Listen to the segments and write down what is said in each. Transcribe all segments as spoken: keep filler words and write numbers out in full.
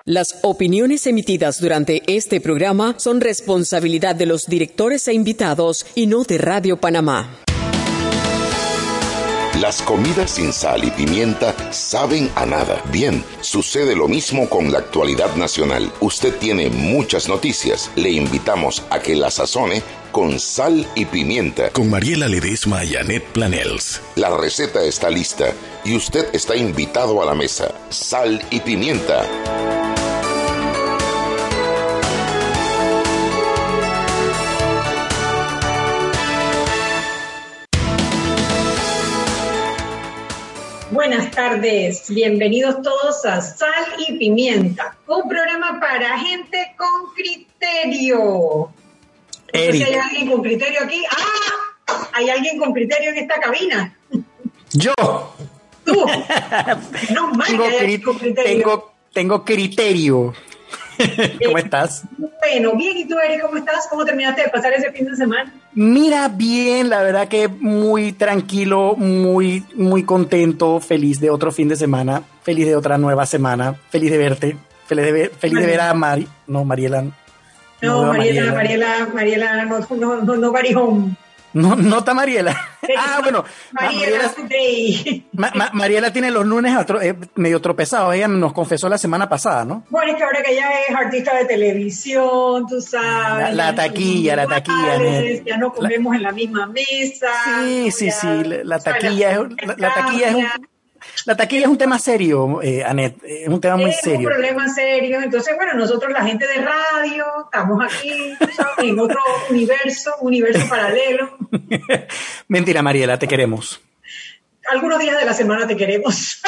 Las opiniones emitidas durante este programa son responsabilidad de los directores e invitados y no de Radio Panamá. Las comidas sin sal y pimienta saben a nada. Bien, sucede lo mismo con la actualidad nacional. Usted tiene muchas noticias. Le invitamos a que la sazone con sal y pimienta. Con Mariela Ledesma y Annette Planels. La receta está lista y usted está invitado a la mesa. Sal y pimienta. Buenas tardes, bienvenidos todos a Sal y Pimienta, un programa para gente con criterio. No sé si hay alguien con criterio aquí. ¡Ah! ¿Hay alguien con criterio en esta cabina? Yo. Tú. No más tengo, que hay alguien con criterio. Tengo, tengo criterio. ¿Cómo estás? Bueno, bien, ¿y tú, Eric, cómo estás? ¿Cómo terminaste de pasar ese fin de semana? Mira, bien, la verdad que muy tranquilo, muy, muy contento, feliz de otro fin de semana, feliz de otra nueva semana, feliz de verte, feliz de ver, feliz de ver a Mari, no, Mariela. No, no Mariela, Mariela, Mariela, Mariela, no, no, no, no, Marijón. No, no está Mariela. Ah, bueno. Mariela, Mariela, Ma, Ma, Mariela tiene los lunes atro, eh, medio tropezados. Ella nos confesó la semana pasada, ¿no? Bueno, es que ahora que ella es artista de televisión, tú sabes. La, la taquilla, la taquilla. Vales, ya no comemos la, en la misma mesa. Sí, sí, sí. La, la taquilla es, la, la taquilla es un... La taquilla es un tema serio, eh, Annette, es un tema muy es serio. Es un problema serio. Entonces, bueno, nosotros la gente de radio estamos aquí, ¿sabes? En otro universo, universo paralelo. Mentira, Mariela, te queremos. Algunos días de la semana te queremos.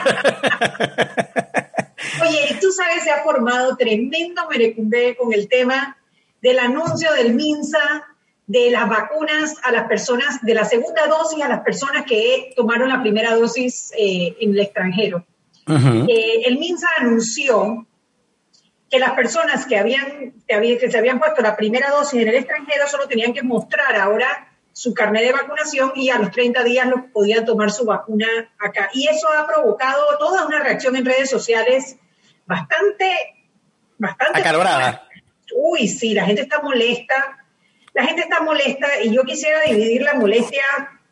Oye, tú sabes, se ha formado tremendo merecumbe con el tema del anuncio del MINSA de las vacunas a las personas, de la segunda dosis a las personas que tomaron la primera dosis eh, en el extranjero. Uh-huh. Eh, el MINSA anunció que las personas que, habían, que, habían, que se habían puesto la primera dosis en el extranjero solo tenían que mostrar ahora su carnet de vacunación y a los treinta días lo podían tomar su vacuna acá. Y eso ha provocado toda una reacción en redes sociales bastante... bastante acalorada. Uy, sí, la gente está molesta. La gente está molesta y yo quisiera dividir la molestia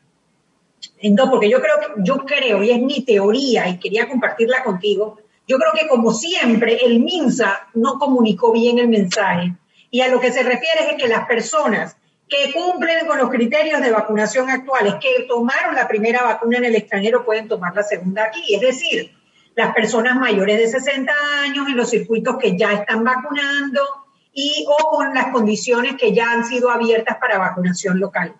en dos, porque yo creo, que, yo creo, y es mi teoría, y quería compartirla contigo, yo creo que como siempre el MINSA no comunicó bien el mensaje. Y a lo que se refiere es que las personas que cumplen con los criterios de vacunación actuales, que tomaron la primera vacuna en el extranjero, pueden tomar la segunda aquí. Es decir, las personas mayores de sesenta años en los circuitos que ya están vacunando, y o con las condiciones que ya han sido abiertas para vacunación local.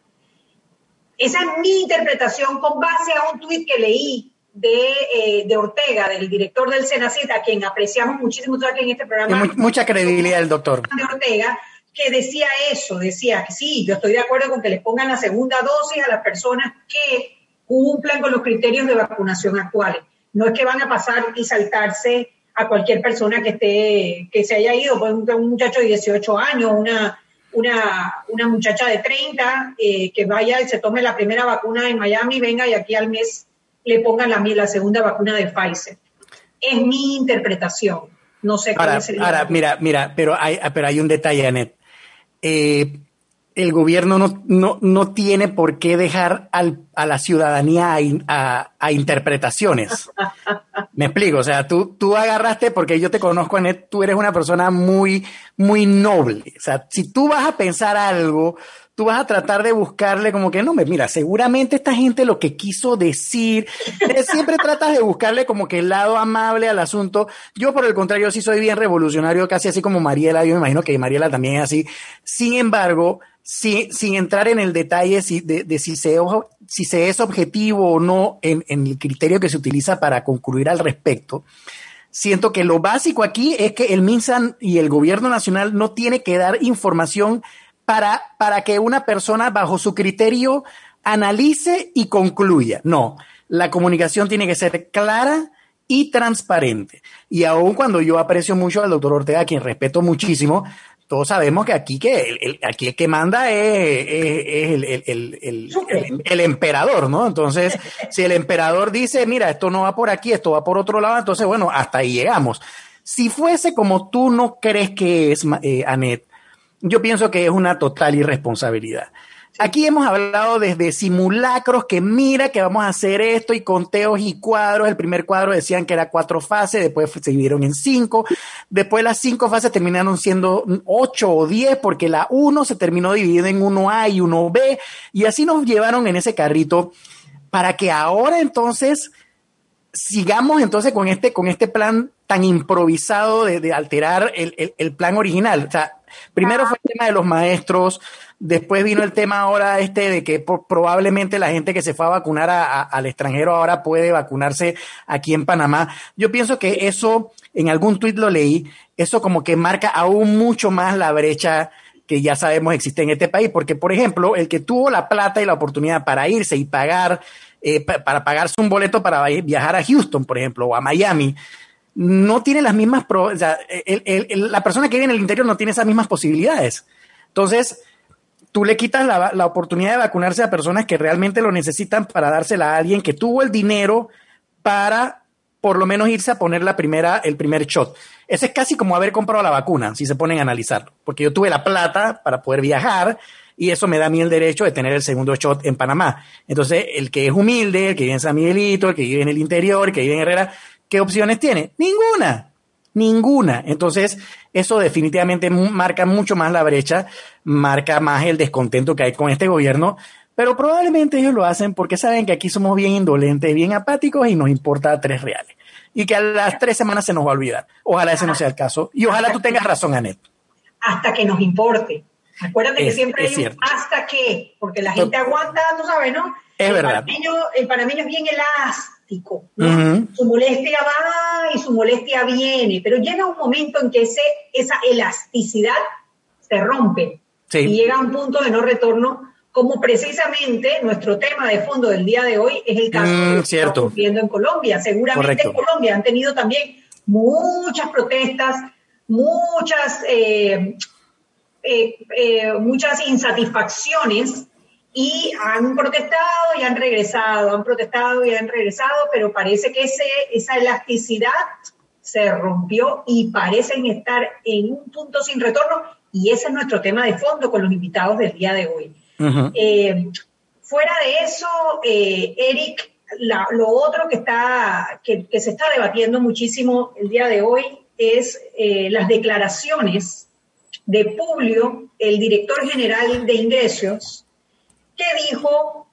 Esa es mi interpretación con base a un tuit que leí de, eh, de Ortega, del director del Senacit, a quien apreciamos muchísimo, tú sabes que en este programa... Hay mucha credibilidad del doctor. De Ortega, que decía eso, decía que sí, yo estoy de acuerdo con que les pongan la segunda dosis a las personas que cumplan con los criterios de vacunación actuales. No es que van a pasar y saltarse a cualquier persona que esté, que se haya ido, pues un, un muchacho de dieciocho años, una, una, una muchacha de treinta, eh, que vaya y se tome la primera vacuna en Miami, venga y aquí al mes le pongan la, la segunda vacuna de Pfizer. Es mi interpretación. No sé cómo ahora, sería. Ahora, mira, mira, pero hay, pero hay un detalle, Annette. Eh, el gobierno no, no, no tiene por qué dejar al, a la ciudadanía a, a, a interpretaciones. Me explico, o sea, tú, tú agarraste, porque yo te conozco, Annette, tú eres una persona muy, muy noble. O sea, si tú vas a pensar algo, tú vas a tratar de buscarle como que, no, mira, seguramente esta gente lo que quiso decir, siempre tratas de buscarle como que el lado amable al asunto. Yo, por el contrario, sí soy bien revolucionario, casi así como Mariela, yo me imagino que Mariela también es así. Sin embargo, sin, sin entrar en el detalle si, de, de si, se, si se es objetivo o no en, en el criterio que se utiliza para concluir al respecto, siento que lo básico aquí es que el MINSA y el gobierno nacional no tiene que dar información para, para que una persona bajo su criterio analice y concluya. No, la comunicación tiene que ser clara y transparente. Y aun cuando yo aprecio mucho al doctor Ortega, a quien respeto muchísimo, todos sabemos que aquí, que el, el, aquí el que manda es, es, es el, el, el, el, el, el emperador, ¿no? Entonces, si el emperador dice, mira, esto no va por aquí, esto va por otro lado, entonces, bueno, hasta ahí llegamos. Si fuese como tú no crees que es, eh, Anet, yo pienso que es una total irresponsabilidad. Aquí hemos hablado desde simulacros, que mira que vamos a hacer esto, y conteos y cuadros. El primer cuadro decían que era cuatro fases, después se dividieron en cinco. Después las cinco fases terminaron siendo ocho o diez, porque la uno se terminó dividida en uno A y uno B, y así nos llevaron en ese carrito para que ahora entonces sigamos entonces con este, con este plan tan improvisado de, de alterar el, el, el plan original. O sea, primero fue el tema de los maestros, después vino el tema ahora este de que por, probablemente la gente que se fue a vacunar a, a, al extranjero ahora puede vacunarse aquí en Panamá. Yo pienso que eso, en algún tuit lo leí, eso como que marca aún mucho más la brecha que ya sabemos existe en este país, porque por ejemplo, el que tuvo la plata y la oportunidad para irse y pagar, eh, pa, para pagarse un boleto para viajar a Houston, por ejemplo, o a Miami, no tiene las mismas, pro, o sea, el, el, el, la persona que vive en el interior no tiene esas mismas posibilidades. Entonces, tú le quitas la, la oportunidad de vacunarse a personas que realmente lo necesitan para dársela a alguien que tuvo el dinero para por lo menos irse a poner la primera, el primer shot. Eso es casi como haber comprado la vacuna, si se ponen a analizarlo, porque yo tuve la plata para poder viajar y eso me da a mí el derecho de tener el segundo shot en Panamá. Entonces, el que es humilde, el que vive en San Miguelito, el que vive en el interior, el que vive en Herrera, ¿qué opciones tiene? Ninguna. Ninguna. Entonces, eso definitivamente marca mucho más la brecha, marca más el descontento que hay con este gobierno, pero probablemente ellos lo hacen porque saben que aquí somos bien indolentes, bien apáticos y nos importa tres reales. Y que a las tres semanas se nos va a olvidar. Ojalá ese no sea el caso. Y ojalá tú tengas razón, Anet. Hasta que nos importe. Acuérdate es, que siempre hay un hasta que, porque la gente aguanta, tú sabes, ¿no? Es el verdad. Panameño, el panameño es bien elástico, ¿no? Uh-huh. Su molestia va y su molestia viene, pero llega un momento en que ese, esa elasticidad se rompe. Sí. Y llega a un punto de no retorno, como precisamente nuestro tema de fondo del día de hoy es el caso mm, que está ocurriendo en Colombia. Seguramente Correcto. En Colombia han tenido también muchas protestas, muchas... Eh, Eh, eh, muchas insatisfacciones y han protestado y han regresado, han protestado y han regresado, pero parece que ese, esa elasticidad se rompió y parecen estar en un punto sin retorno, y ese es nuestro tema de fondo con los invitados del día de hoy. Uh-huh. Eh, fuera de eso, eh, Eric, la, lo otro que, está, que, que se está debatiendo muchísimo el día de hoy es eh, las declaraciones de Publio, el director general de ingresos, que dijo,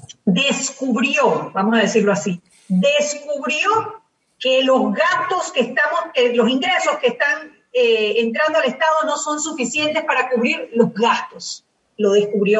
descubrió, vamos a decirlo así, descubrió que los gastos que estamos, eh, los ingresos que están eh, entrando al Estado no son suficientes para cubrir los gastos. Lo descubrió.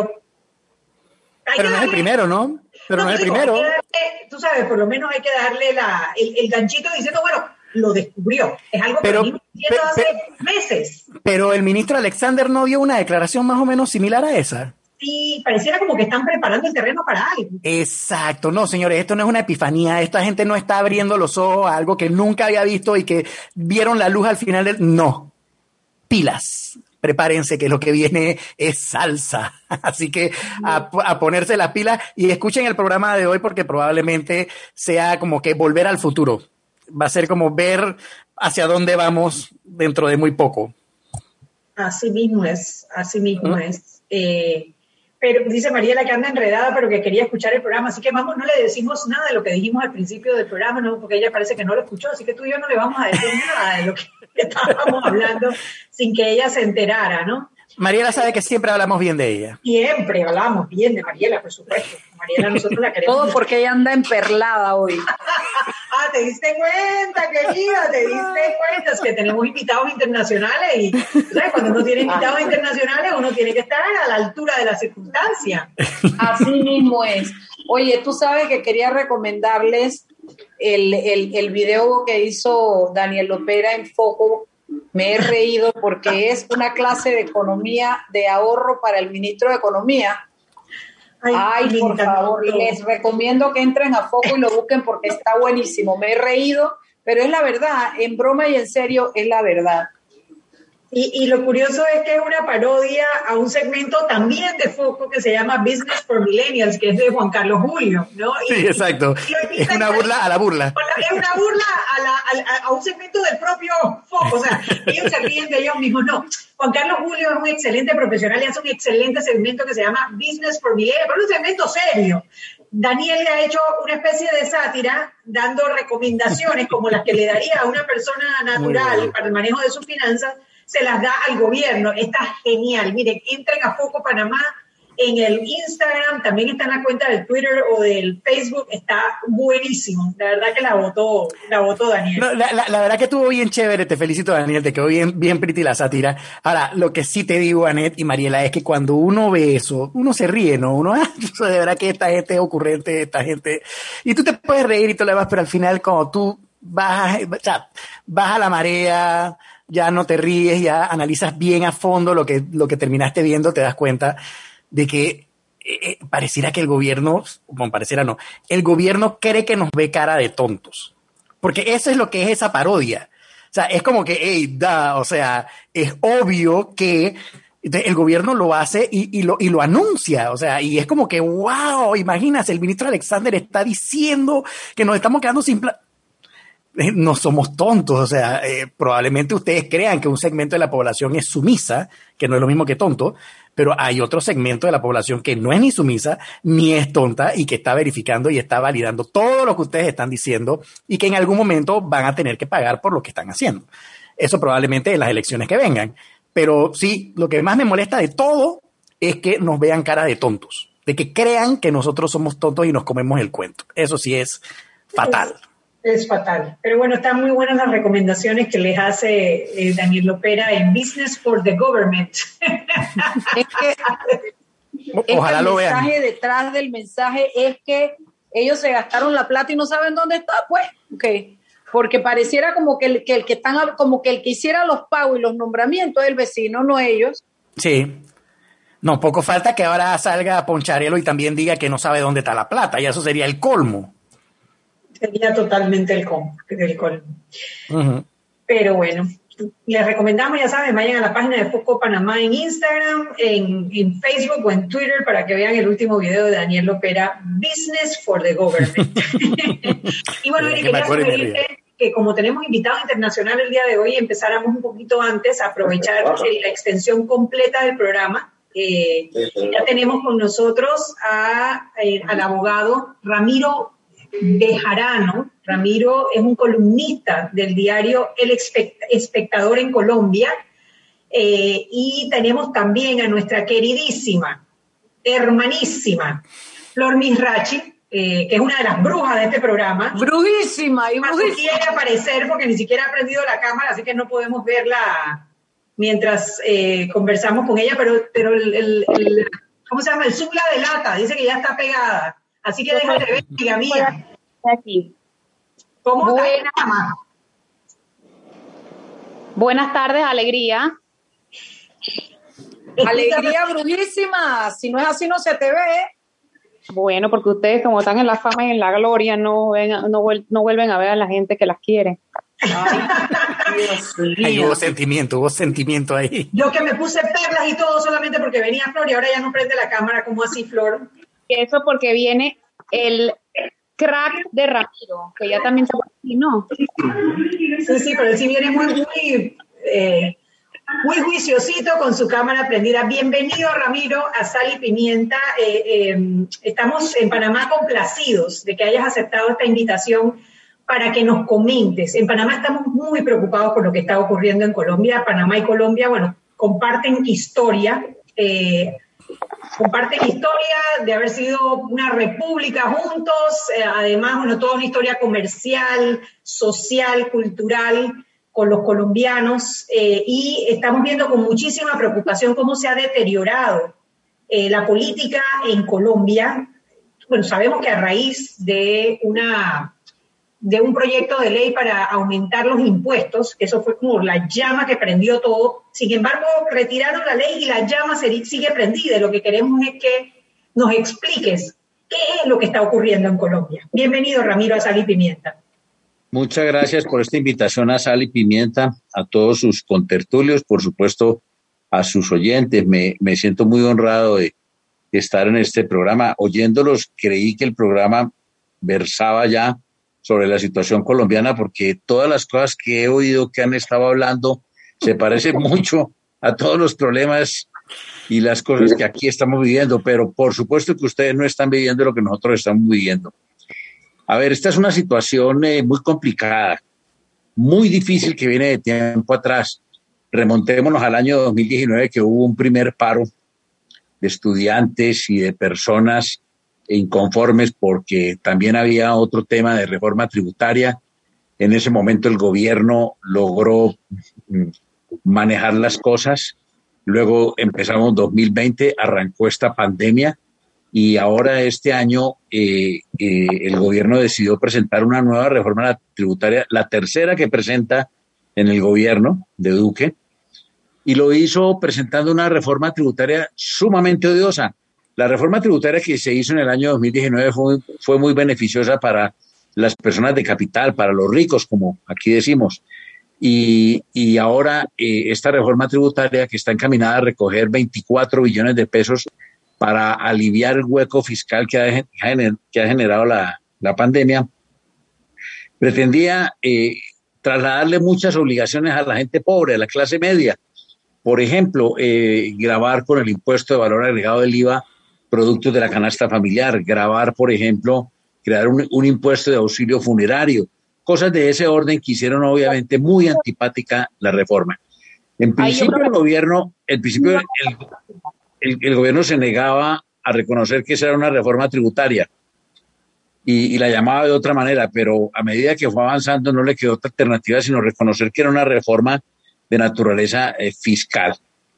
Hay Pero no darle, es el primero, ¿no? Pero no, no es el digo, primero. Darle, tú sabes, por lo menos hay que darle la, el, el ganchito diciendo, bueno, lo descubrió. Es algo pero, que venimos diciendo hace pero, meses. Pero el ministro Alexander no dio una declaración más o menos similar a esa. Sí, pareciera como que están preparando el terreno para algo. Exacto. No, señores, esto no es una epifanía. Esta gente no está abriendo los ojos a algo que nunca había visto y que vieron la luz al final del... No. Pilas. Prepárense que lo que viene es salsa. Así que a, a ponerse las pilas y escuchen el programa de hoy porque probablemente sea como que volver al futuro. Va a ser como ver hacia dónde vamos dentro de muy poco. Así mismo es, así mismo ¿Mm? es. Eh, pero dice Mariela que anda enredada, pero que quería escuchar el programa, así que vamos, no le decimos nada de lo que dijimos al principio del programa, ¿no? Porque ella parece que no lo escuchó, así que tú y yo no le vamos a decir nada de lo que estábamos hablando sin que ella se enterara, ¿no? Mariela sabe que siempre hablamos bien de ella. Siempre hablamos bien de Mariela, por supuesto. Mariela, nosotros la queremos. Todo porque ella anda emperlada hoy. Ah, te diste cuenta, querida, te diste cuenta. Es que tenemos invitados internacionales y, ¿sabes? Cuando uno tiene invitados Ay, internacionales, uno tiene que estar a la altura de la circunstancia. Así mismo es. Oye, tú sabes que quería recomendarles el, el, el video que hizo Daniel Lopera en Foco. Me he reído porque es una clase de economía, de ahorro para el ministro de Economía. Ay, Ay por favor, les recomiendo que entren a Foco y lo busquen porque está buenísimo. Me he reído, pero es la verdad, en broma y en serio es la verdad. Y, y lo curioso es que es una parodia a un segmento también de Foco que se llama Business for Millennials, que es de Juan Carlos Julio, ¿no? Y, sí, exacto. Y, y es una burla a la burla. Es una burla a, la, a, a un segmento del propio Foco, o sea, ellos se ríen de ellos mismos. No, Juan Carlos Julio es un excelente profesional y hace un excelente segmento que se llama Business for Millennials, pero es un segmento serio. Daniel le ha hecho una especie de sátira dando recomendaciones como las que le daría a una persona natural para el manejo de sus finanzas, se las da al gobierno. Está genial. Miren, entren a Foco Panamá en el Instagram, también está en la cuenta del Twitter o del Facebook, está buenísimo. La verdad que la votó, la votó Daniel. No, la, la, la verdad que estuvo bien chévere, te felicito, Daniel, te quedó bien, bien pretty la sátira. Ahora, lo que sí te digo, Anet y Mariela, es que cuando uno ve eso, uno se ríe, ¿no? Uno, ah, de verdad que esta gente es ocurrente, esta gente... Y tú te puedes reír y todo lo demás, pero al final cuando tú bajas, o sea, baja la marea, ya no te ríes, ya analizas bien a fondo lo que, lo que terminaste viendo, te das cuenta de que eh, pareciera que el gobierno, bueno, pareciera no, el gobierno cree que nos ve cara de tontos. Porque eso es lo que es esa parodia. O sea, es como que, hey, da, o sea, es obvio que el gobierno lo hace y, y, lo, y lo anuncia. O sea, y es como que, wow, imagínate, el ministro Alexander está diciendo que nos estamos quedando sin plan. No somos tontos, o sea, eh, probablemente ustedes crean que un segmento de la población es sumisa, que no es lo mismo que tonto, pero hay otro segmento de la población que no es ni sumisa, ni es tonta y que está verificando y está validando todo lo que ustedes están diciendo y que en algún momento van a tener que pagar por lo que están haciendo. Eso probablemente en las elecciones que vengan. Pero sí, lo que más me molesta de todo es que nos vean cara de tontos, de que crean que nosotros somos tontos y nos comemos el cuento. Eso sí es fatal. Es fatal. Pero bueno, están muy buenas las recomendaciones que les hace eh, Daniel Lopera en Business for the Government. Es que, Ojalá es que lo el vean. mensaje detrás del mensaje es que ellos se gastaron la plata y no saben dónde está, pues, okay. Porque pareciera como que el que, el que están, como que el que hiciera los pagos y los nombramientos es el vecino, no ellos. Sí. No, poco falta que ahora salga Poncharelo y también diga que no sabe dónde está la plata, y eso sería el colmo. Sería totalmente el colmo. El colmo. Uh-huh. Pero bueno, les recomendamos, ya saben, vayan a la página de Foco Panamá en Instagram, en, en Facebook o en Twitter para que vean el último video de Daniel Lopera, Business for the Government. Y bueno, Mira, y que me quería acuerdo y me sugerirte que como tenemos invitado internacional el día de hoy, empezáramos un poquito antes a aprovechar la extensión completa del programa. Eh, ya tenemos con nosotros a, eh, al abogado Ramiro Bejarano. Ramiro es un columnista del diario El Espectador en Colombia, eh, y tenemos también a nuestra queridísima, hermanísima, Flor Misrachi, eh, que es una de las brujas de este programa. Brujísima y No brujísima. quiere aparecer porque ni siquiera ha prendido la cámara, así que no podemos verla mientras eh, conversamos con ella, pero, pero el, el, el, ¿cómo se llama? El Zoom la delata, dice que ya está pegada. Así que déjate ver, amiga mía. Aquí. ¿Cómo Buena- está, mamá? Buenas tardes, alegría. Alegría brujísima. Si no es así, no se te ve. Bueno, porque ustedes como están en la fama y en la gloria no, ven, no, vuel- no vuelven a ver a la gente que las quiere. Ay, Dios Ahí mío. hubo sentimiento, hubo sentimiento ahí. Yo que me puse perlas y todo solamente porque venía Flor y ahora ya no prende la cámara. ¿Cómo así, Flor? Eso porque viene el crack de Ramiro, que ya también está por aquí, ¿no? Sí, sí, pero él sí viene muy, muy, eh, muy juiciosito con su cámara prendida. Bienvenido, Ramiro, a Sal y Pimienta. Eh, eh, estamos en Panamá complacidos de que hayas aceptado esta invitación para que nos comentes. En Panamá estamos muy preocupados por lo que está ocurriendo en Colombia. Panamá y Colombia, bueno, comparten historia, eh, comparten historia de haber sido una república juntos, eh, además, bueno, toda una historia comercial, social, cultural con los colombianos, eh, y estamos viendo con muchísima preocupación cómo se ha deteriorado eh, la política en Colombia. Bueno, sabemos que a raíz de una de un proyecto de ley para aumentar los impuestos, que eso fue como la llama que prendió todo. Sin embargo, retiraron la ley y la llama se- sigue prendida. Lo que queremos es que nos expliques qué es lo que está ocurriendo en Colombia. Bienvenido, Ramiro, a Sal y Pimienta. Muchas gracias por esta invitación a Sal y Pimienta, a todos sus contertulios, por supuesto a sus oyentes. Me, me siento muy honrado de, de estar en este programa. Oyéndolos, creí que el programa versaba ya sobre la situación colombiana, porque todas las cosas que he oído que han estado hablando se parecen mucho a todos los problemas y las cosas que aquí estamos viviendo, pero por supuesto que ustedes no están viviendo lo que nosotros estamos viviendo. A ver, esta es una situación eh, muy complicada, muy difícil, que viene de tiempo atrás. Remontémonos al año dos mil diecinueve, que hubo un primer paro de estudiantes y de personas inconformes porque también había otro tema de reforma tributaria. En ese momento el gobierno logró manejar las cosas. Luego empezamos dos mil veinte, arrancó esta pandemia y ahora este año eh, eh, el gobierno decidió presentar una nueva reforma tributaria, la tercera que presenta en el gobierno de Duque, y lo hizo presentando una reforma tributaria sumamente odiosa. La reforma tributaria que se hizo en el año dos mil diecinueve fue, fue muy beneficiosa para las personas de capital, para los ricos, como aquí decimos. Y, y ahora eh, esta reforma tributaria, que está encaminada a recoger veinticuatro billones de pesos para aliviar el hueco fiscal que ha, que ha generado la, la pandemia, pretendía eh, trasladarle muchas obligaciones a la gente pobre, a la clase media. Por ejemplo, eh, gravar con el impuesto de valor agregado del I V A productos de la canasta familiar, gravar, por ejemplo, crear un, un impuesto de auxilio funerario, cosas de ese orden que hicieron obviamente muy antipática la reforma. En principio el gobierno, el, principio, el, el, el gobierno se negaba a reconocer que esa era una reforma tributaria y, y la llamaba de otra manera, pero a medida que fue avanzando no le quedó otra alternativa sino reconocer que era una reforma de naturaleza eh, fiscal.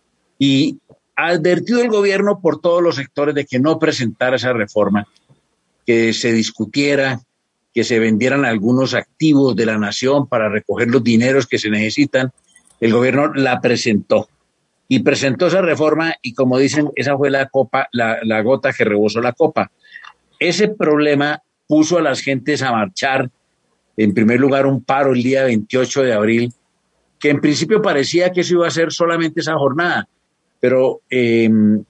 Y advertido el gobierno por todos los sectores de que no presentara esa reforma, que se discutiera, que se vendieran algunos activos de la nación para recoger los dineros que se necesitan. El gobierno la presentó y presentó esa reforma y, como dicen, esa fue la copa, la, la gota que rebosó la copa. Ese problema puso a las gentes a marchar. En primer lugar, un paro el día veintiocho de abril, que en principio parecía que eso iba a ser solamente esa jornada, pero eh,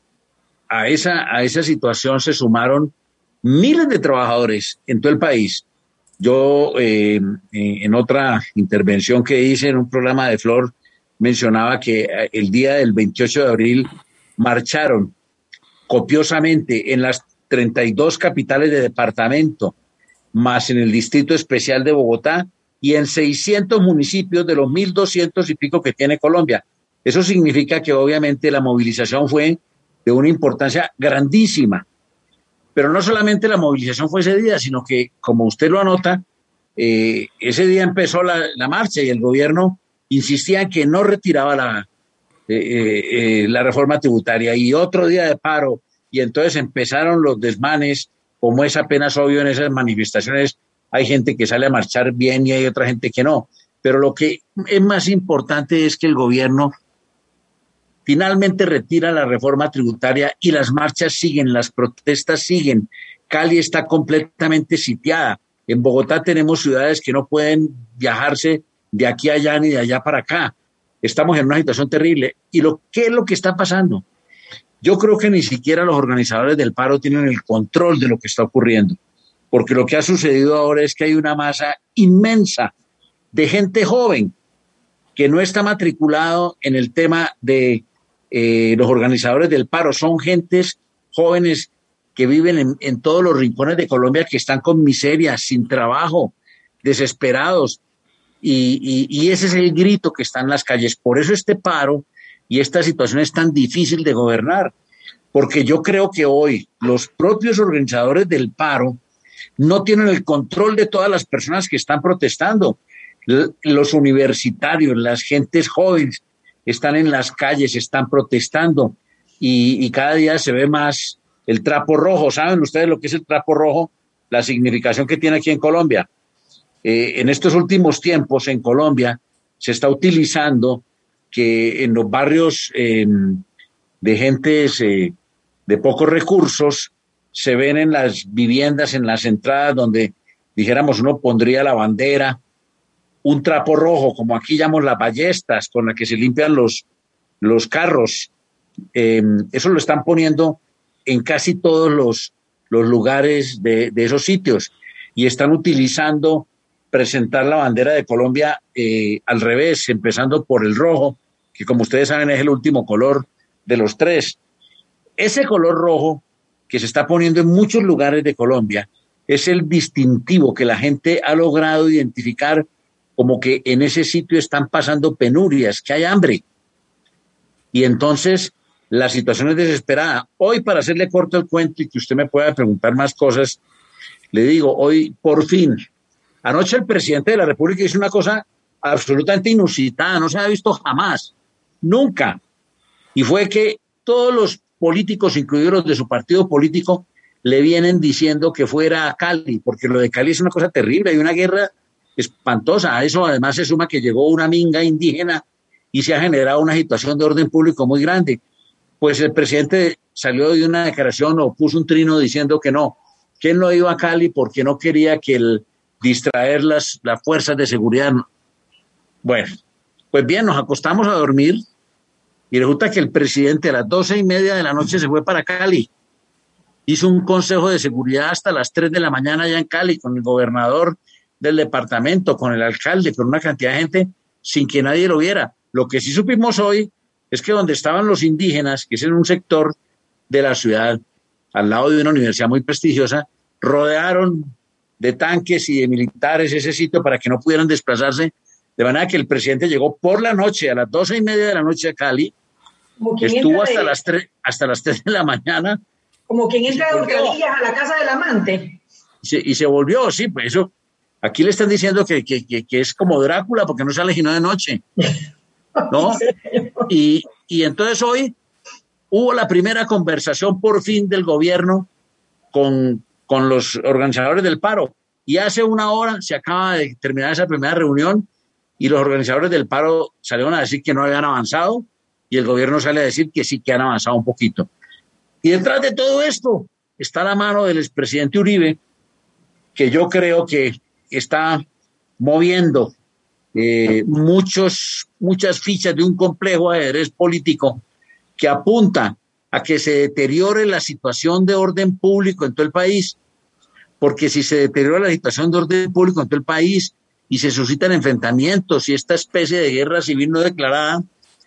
a, esa, a esa situación se sumaron miles de trabajadores en todo el país. Yo eh, en otra intervención que hice en un programa de Flor mencionaba que el día del veintiocho de abril marcharon copiosamente en las treinta y dos capitales de departamento, más en el Distrito Especial de Bogotá y en seiscientos municipios de los mil doscientos y pico que tiene Colombia. Eso significa que obviamente la movilización fue de una importancia grandísima. Pero no solamente la movilización fue ese día, sino que, como usted lo anota, eh, ese día empezó la, la marcha y el gobierno insistía en que no retiraba la, eh, eh, la reforma tributaria, y otro día de paro, y entonces empezaron los desmanes, como es apenas obvio en esas manifestaciones. Hay gente que sale a marchar bien y hay otra gente que no. Pero lo que es más importante es que el gobierno finalmente retira la reforma tributaria y las marchas siguen, las protestas siguen. Cali está completamente sitiada. En Bogotá tenemos ciudades que no pueden viajarse de aquí a allá ni de allá para acá. Estamos en una situación terrible. ¿Y lo, qué es lo que está pasando? Yo creo que ni siquiera los organizadores del paro tienen el control de lo que está ocurriendo, porque lo que ha sucedido ahora es que hay una masa inmensa de gente joven que no está matriculado en el tema de Eh, los organizadores del paro. Son gentes jóvenes que viven en, en todos los rincones de Colombia, que están con miseria, sin trabajo, desesperados, y, y, y ese es el grito que está en las calles. Por eso este paro y esta situación es tan difícil de gobernar, porque yo creo que hoy los propios organizadores del paro no tienen el control de todas las personas que están protestando. L- los universitarios, las gentes jóvenes están en las calles, están protestando, y, y cada día se ve más el trapo rojo. ¿Saben ustedes lo que es el trapo rojo? La significación que tiene aquí en Colombia. Eh, en estos últimos tiempos en Colombia se está utilizando que en los barrios eh, de gentes eh, de pocos recursos se ven en las viviendas, en las entradas donde, dijéramos, uno pondría la bandera un trapo rojo, como aquí llamamos las ballestas, con la que se limpian los, los carros. Eh, eso lo están poniendo en casi todos los, los lugares de, de esos sitios y están utilizando presentar la bandera de Colombia eh, al revés, empezando por el rojo, que como ustedes saben es el último color de los tres. Ese color rojo que se está poniendo en muchos lugares de Colombia es el distintivo que la gente ha logrado identificar como que en ese sitio están pasando penurias, que hay hambre. Y entonces la situación es desesperada. Hoy, para hacerle corto el cuento y que usted me pueda preguntar más cosas, le digo, hoy por fin, anoche el presidente de la República hizo una cosa absolutamente inusitada, no se había visto jamás, nunca. Y fue que todos los políticos, incluidos los de su partido político, le vienen diciendo que fuera a Cali, porque lo de Cali es una cosa terrible, hay una guerra espantosa. A eso además se suma que llegó una minga indígena y se ha generado una situación de orden público muy grande. Pues el presidente salió de una declaración o puso un trino diciendo que no, que él no iba a Cali porque no quería que el distraer las, las fuerzas de seguridad. Bueno, pues bien, nos acostamos a dormir y resulta que el presidente a las doce y media de la noche se fue para Cali. Hizo un consejo de seguridad hasta las tres de la mañana allá en Cali con el gobernador del departamento, con el alcalde, con una cantidad de gente sin que nadie lo viera. Lo que sí supimos hoy es que donde estaban los indígenas, que es en un sector de la ciudad, al lado de una universidad muy prestigiosa, rodearon de tanques y de militares ese sitio para que no pudieran desplazarse, de manera que el presidente llegó por la noche, a las doce y media de la noche a Cali, estuvo hasta, de... las tres, hasta las tres de la mañana. Como quien entra de hurtadillas a la casa del amante. Y se, y se volvió, sí, pues eso. Aquí le están diciendo que, que, que, que es como Drácula porque no sale sino de noche. ¿No? Y, y entonces hoy hubo la primera conversación por fin del gobierno con, con los organizadores del paro. Y hace una hora se acaba de terminar esa primera reunión y los organizadores del paro salieron a decir que no habían avanzado y el gobierno sale a decir que sí que han avanzado un poquito. Y detrás de todo esto está la mano del expresidente Uribe, que yo creo que está moviendo eh, muchos, muchas fichas de un complejo ajedrez político que apunta a que se deteriore la situación de orden público en todo el país, porque si se deteriora la situación de orden público en todo el país y se suscitan enfrentamientos y esta especie de guerra civil no declarada,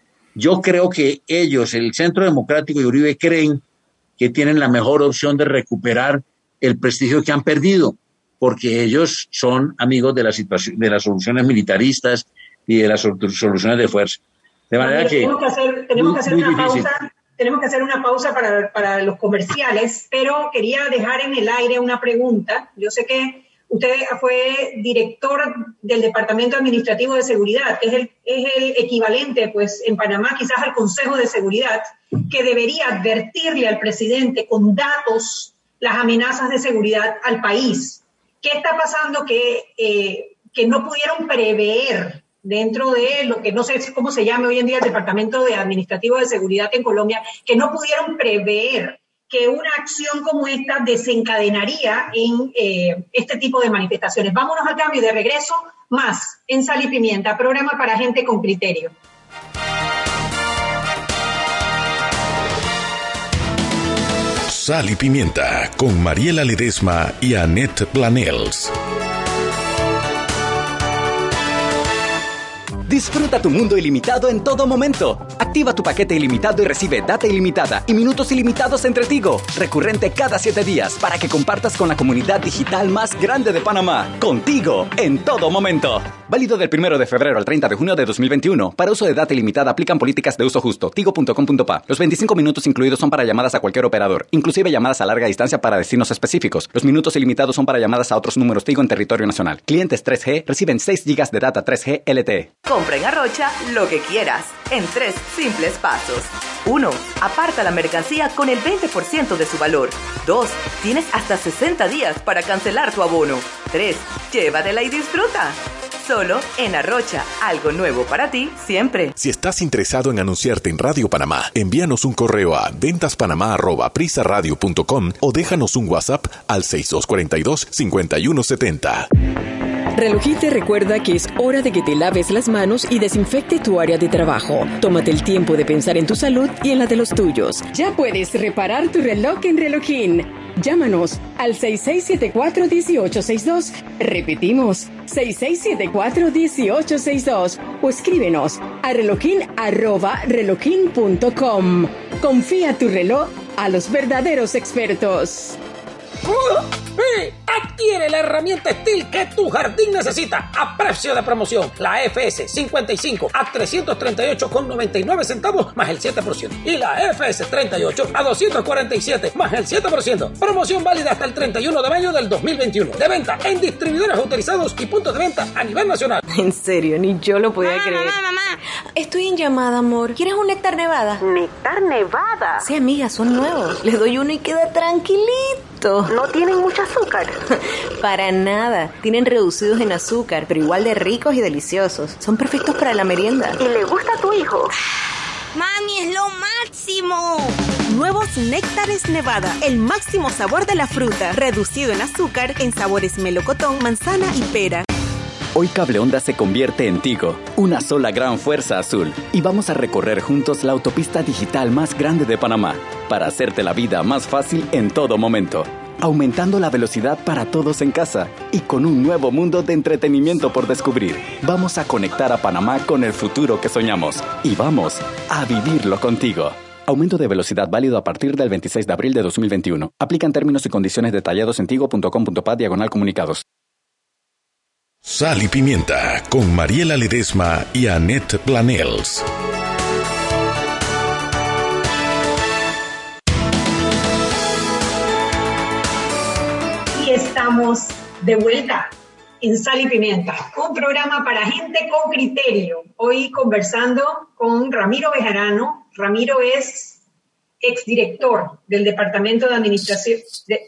yo creo que ellos, el Centro Democrático y Uribe, creen que tienen la mejor opción de recuperar el prestigio que han perdido, porque ellos son amigos de la situación, de las soluciones militaristas y de las soluciones de fuerza. De manera que tenemos que hacer, tenemos que hacer una difícil. pausa, tenemos que hacer una pausa para, para los comerciales, pero quería dejar en el aire una pregunta. Yo sé que usted fue director del Departamento Administrativo de Seguridad, que es el, es el equivalente, pues, en Panamá quizás al Consejo de Seguridad, que debería advertirle al presidente con datos las amenazas de seguridad al país. ¿Qué está pasando que, eh, que no pudieron prever dentro de lo que no sé cómo se llama hoy en día el Departamento de Administrativo de Seguridad en Colombia, que no pudieron prever que una acción como esta desencadenaría en eh, este tipo de manifestaciones? Vámonos al cambio y de regreso más en Sal y Pimienta, programa para gente con criterio. Sal y Pimienta con Mariela Ledesma y Annette Planels. Disfruta tu mundo ilimitado en todo momento. Activa tu paquete ilimitado y recibe data ilimitada y minutos ilimitados entre Tigo, recurrente cada siete días para que compartas con la comunidad digital más grande de Panamá. Contigo, en todo momento. Válido del primero de febrero al treinta de junio de dos mil veintiuno. Para uso de data ilimitada aplican políticas de uso justo. Tigo punto com punto pa. Los veinticinco minutos incluidos son para llamadas a cualquier operador, inclusive llamadas a larga distancia para destinos específicos. Los minutos ilimitados son para llamadas a otros números Tigo en territorio nacional. Clientes tres G reciben seis gigas de data tres G L T E. Compra en Arrocha lo que quieras, en tres simples pasos. uno. Aparta la mercancía con el veinte por ciento de su valor. dos. Tienes hasta sesenta días para cancelar tu abono. tres. Llévatela y disfruta. Solo en Arrocha, algo nuevo para ti siempre. Si estás interesado en anunciarte en Radio Panamá, envíanos un correo a ventaspanamá arroba prisa radio punto com o déjanos un WhatsApp al seis dos cuatro dos, cinco uno siete cero. Relojin te recuerda que es hora de que te laves las manos y desinfecte tu área de trabajo. Tómate el tiempo de pensar en tu salud y en la de los tuyos. Ya puedes reparar tu reloj en Relojin. Llámanos al seis seis siete cuatro, uno ocho seis dos. Repetimos, seis seis siete cuatro, uno ocho seis dos. O escríbenos a relojin arroba relojin punto com. Confía tu reloj a los verdaderos expertos. ¡Eh! Adquiere la herramienta Steel que tu jardín necesita a precio de promoción. La F S cincuenta y cinco a trescientos treinta y ocho con noventa y nueve centavos más el siete por ciento. Y la F S treinta y ocho a doscientos cuarenta y siete más el siete por ciento. Promoción válida hasta el treinta y uno de mayo del dos mil veintiuno. De venta en distribuidores autorizados y puntos de venta a nivel nacional. En serio, ni yo lo podía mamá, creer. Mamá, mamá, estoy en llamada, amor. ¿Quieres un néctar nevada? ¿Néctar nevada? Sí, amiga, son nuevos. Les doy uno y queda tranquilito. ¿No tienen mucho azúcar? Para nada. Tienen reducidos en azúcar, pero igual de ricos y deliciosos. Son perfectos para la merienda. ¿Y le gusta a tu hijo? ¡Mami, es lo máximo! Nuevos néctares Nevada, el máximo sabor de la fruta, reducido en azúcar, en sabores melocotón, manzana y pera. Hoy Cable Onda se convierte en Tigo, una sola gran fuerza azul. Y vamos a recorrer juntos la autopista digital más grande de Panamá, para hacerte la vida más fácil en todo momento. Aumentando la velocidad para todos en casa y con un nuevo mundo de entretenimiento por descubrir. Vamos a conectar a Panamá con el futuro que soñamos. Y vamos a vivirlo contigo. Aumento de velocidad válido a partir del veintiséis de abril de dos mil veintiuno. Aplican términos y condiciones detallados en tigo punto com punto pa diagonal comunicados. Sal y Pimienta con Mariela Ledesma y Annette Planels. Y estamos de vuelta en Sal y Pimienta, un programa para gente con criterio. Hoy conversando con Ramiro Bejarano. Ramiro es exdirector del Departamento de Administración de,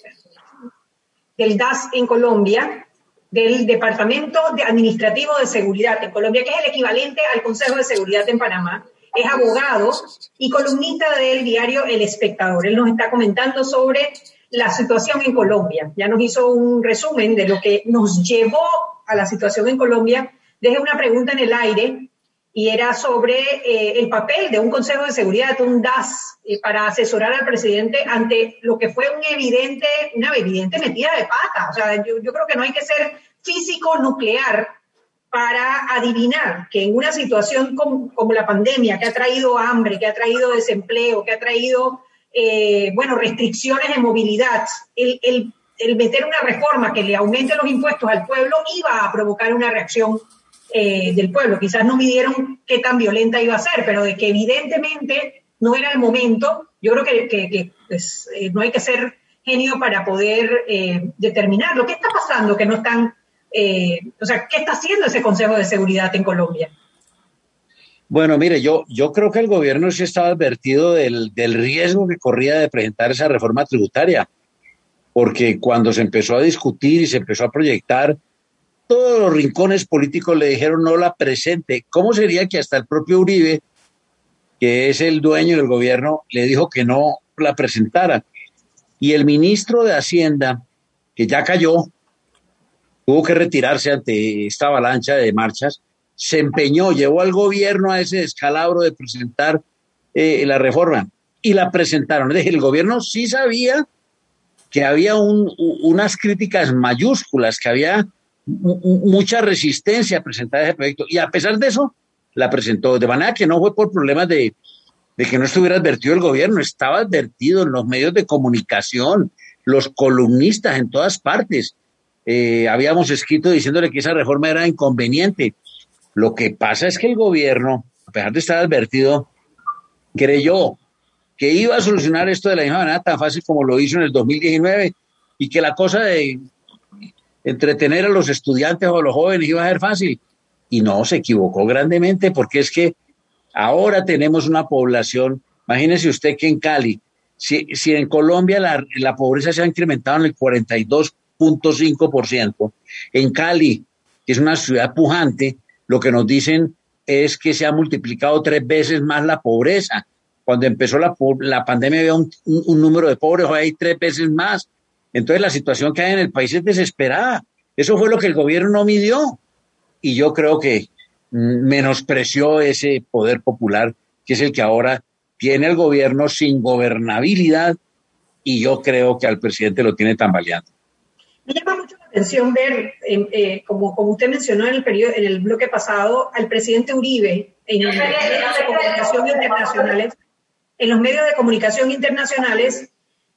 del D A S en Colombia, del Departamento de Administrativo de Seguridad en Colombia, que es el equivalente al Consejo de Seguridad en Panamá. Es abogado y columnista del diario El Espectador. Él nos está comentando sobre la situación en Colombia. Ya nos hizo un resumen de lo que nos llevó a la situación en Colombia. Dejé una pregunta en el aire y era sobre eh, el papel de un Consejo de Seguridad, un D A S, eh, para asesorar al presidente ante lo que fue un evidente, una evidente metida de pata. O sea, yo, yo creo que no hay que ser físico nuclear para adivinar que en una situación como, como la pandemia, que ha traído hambre, que ha traído desempleo, que ha traído, eh, bueno, restricciones de movilidad, el, el, el meter una reforma que le aumente los impuestos al pueblo iba a provocar una reacción Eh, del pueblo. Quizás no midieron qué tan violenta iba a ser, pero de que evidentemente no era el momento, yo creo que, que, que pues, eh, no hay que ser genio para poder eh, determinarlo. ¿Qué está pasando que no están, eh, o sea, qué está haciendo ese Consejo de Seguridad en Colombia? Bueno, mire, yo, yo creo que el gobierno sí estaba advertido del, del riesgo que corría de presentar esa reforma tributaria, porque cuando se empezó a discutir y se empezó a proyectar, todos los rincones políticos le dijeron no la presente. ¿Cómo sería que hasta el propio Uribe, que es el dueño del gobierno, le dijo que no la presentara? Y el ministro de Hacienda, que ya cayó, tuvo que retirarse ante esta avalancha de marchas, se empeñó, llevó al gobierno a ese descalabro de presentar eh, la reforma y la presentaron. Es decir, el gobierno sí sabía que había un, unas críticas mayúsculas, que había mucha resistencia a presentar ese proyecto, y a pesar de eso la presentó, de manera que no fue por problemas de, de que no estuviera advertido el gobierno, estaba advertido en los medios de comunicación, los columnistas en todas partes, eh, habíamos escrito diciéndole que esa reforma era inconveniente. Lo que pasa es que el gobierno, a pesar de estar advertido, creyó que iba a solucionar esto de la misma manera tan fácil como lo hizo en el dos mil diecinueve, y que la cosa de entretener a los estudiantes o a los jóvenes iba a ser fácil. Y no, se equivocó grandemente, porque es que ahora tenemos una población, imagínese usted que en Cali, si, si en Colombia la, la pobreza se ha incrementado en el cuarenta y dos punto cinco por ciento, en Cali, que es una ciudad pujante, lo que nos dicen es que se ha multiplicado tres veces más la pobreza. Cuando empezó la, la pandemia había un, un, un número de pobres, hoy hay tres veces más. Entonces la situación que hay en el país es desesperada. Es Eso fue lo que el gobierno no midió. Y yo creo que menospreció ese poder popular, que es el que ahora tiene el gobierno sin gobernabilidad, y yo creo que al presidente lo tiene tambaleando. Me llama mucho la atención ver, eh, eh, como, como usted mencionó en el, periodo, en el bloque pasado, al presidente Uribe en los medios de comunicación internacionales, en los medios de comunicación internacionales,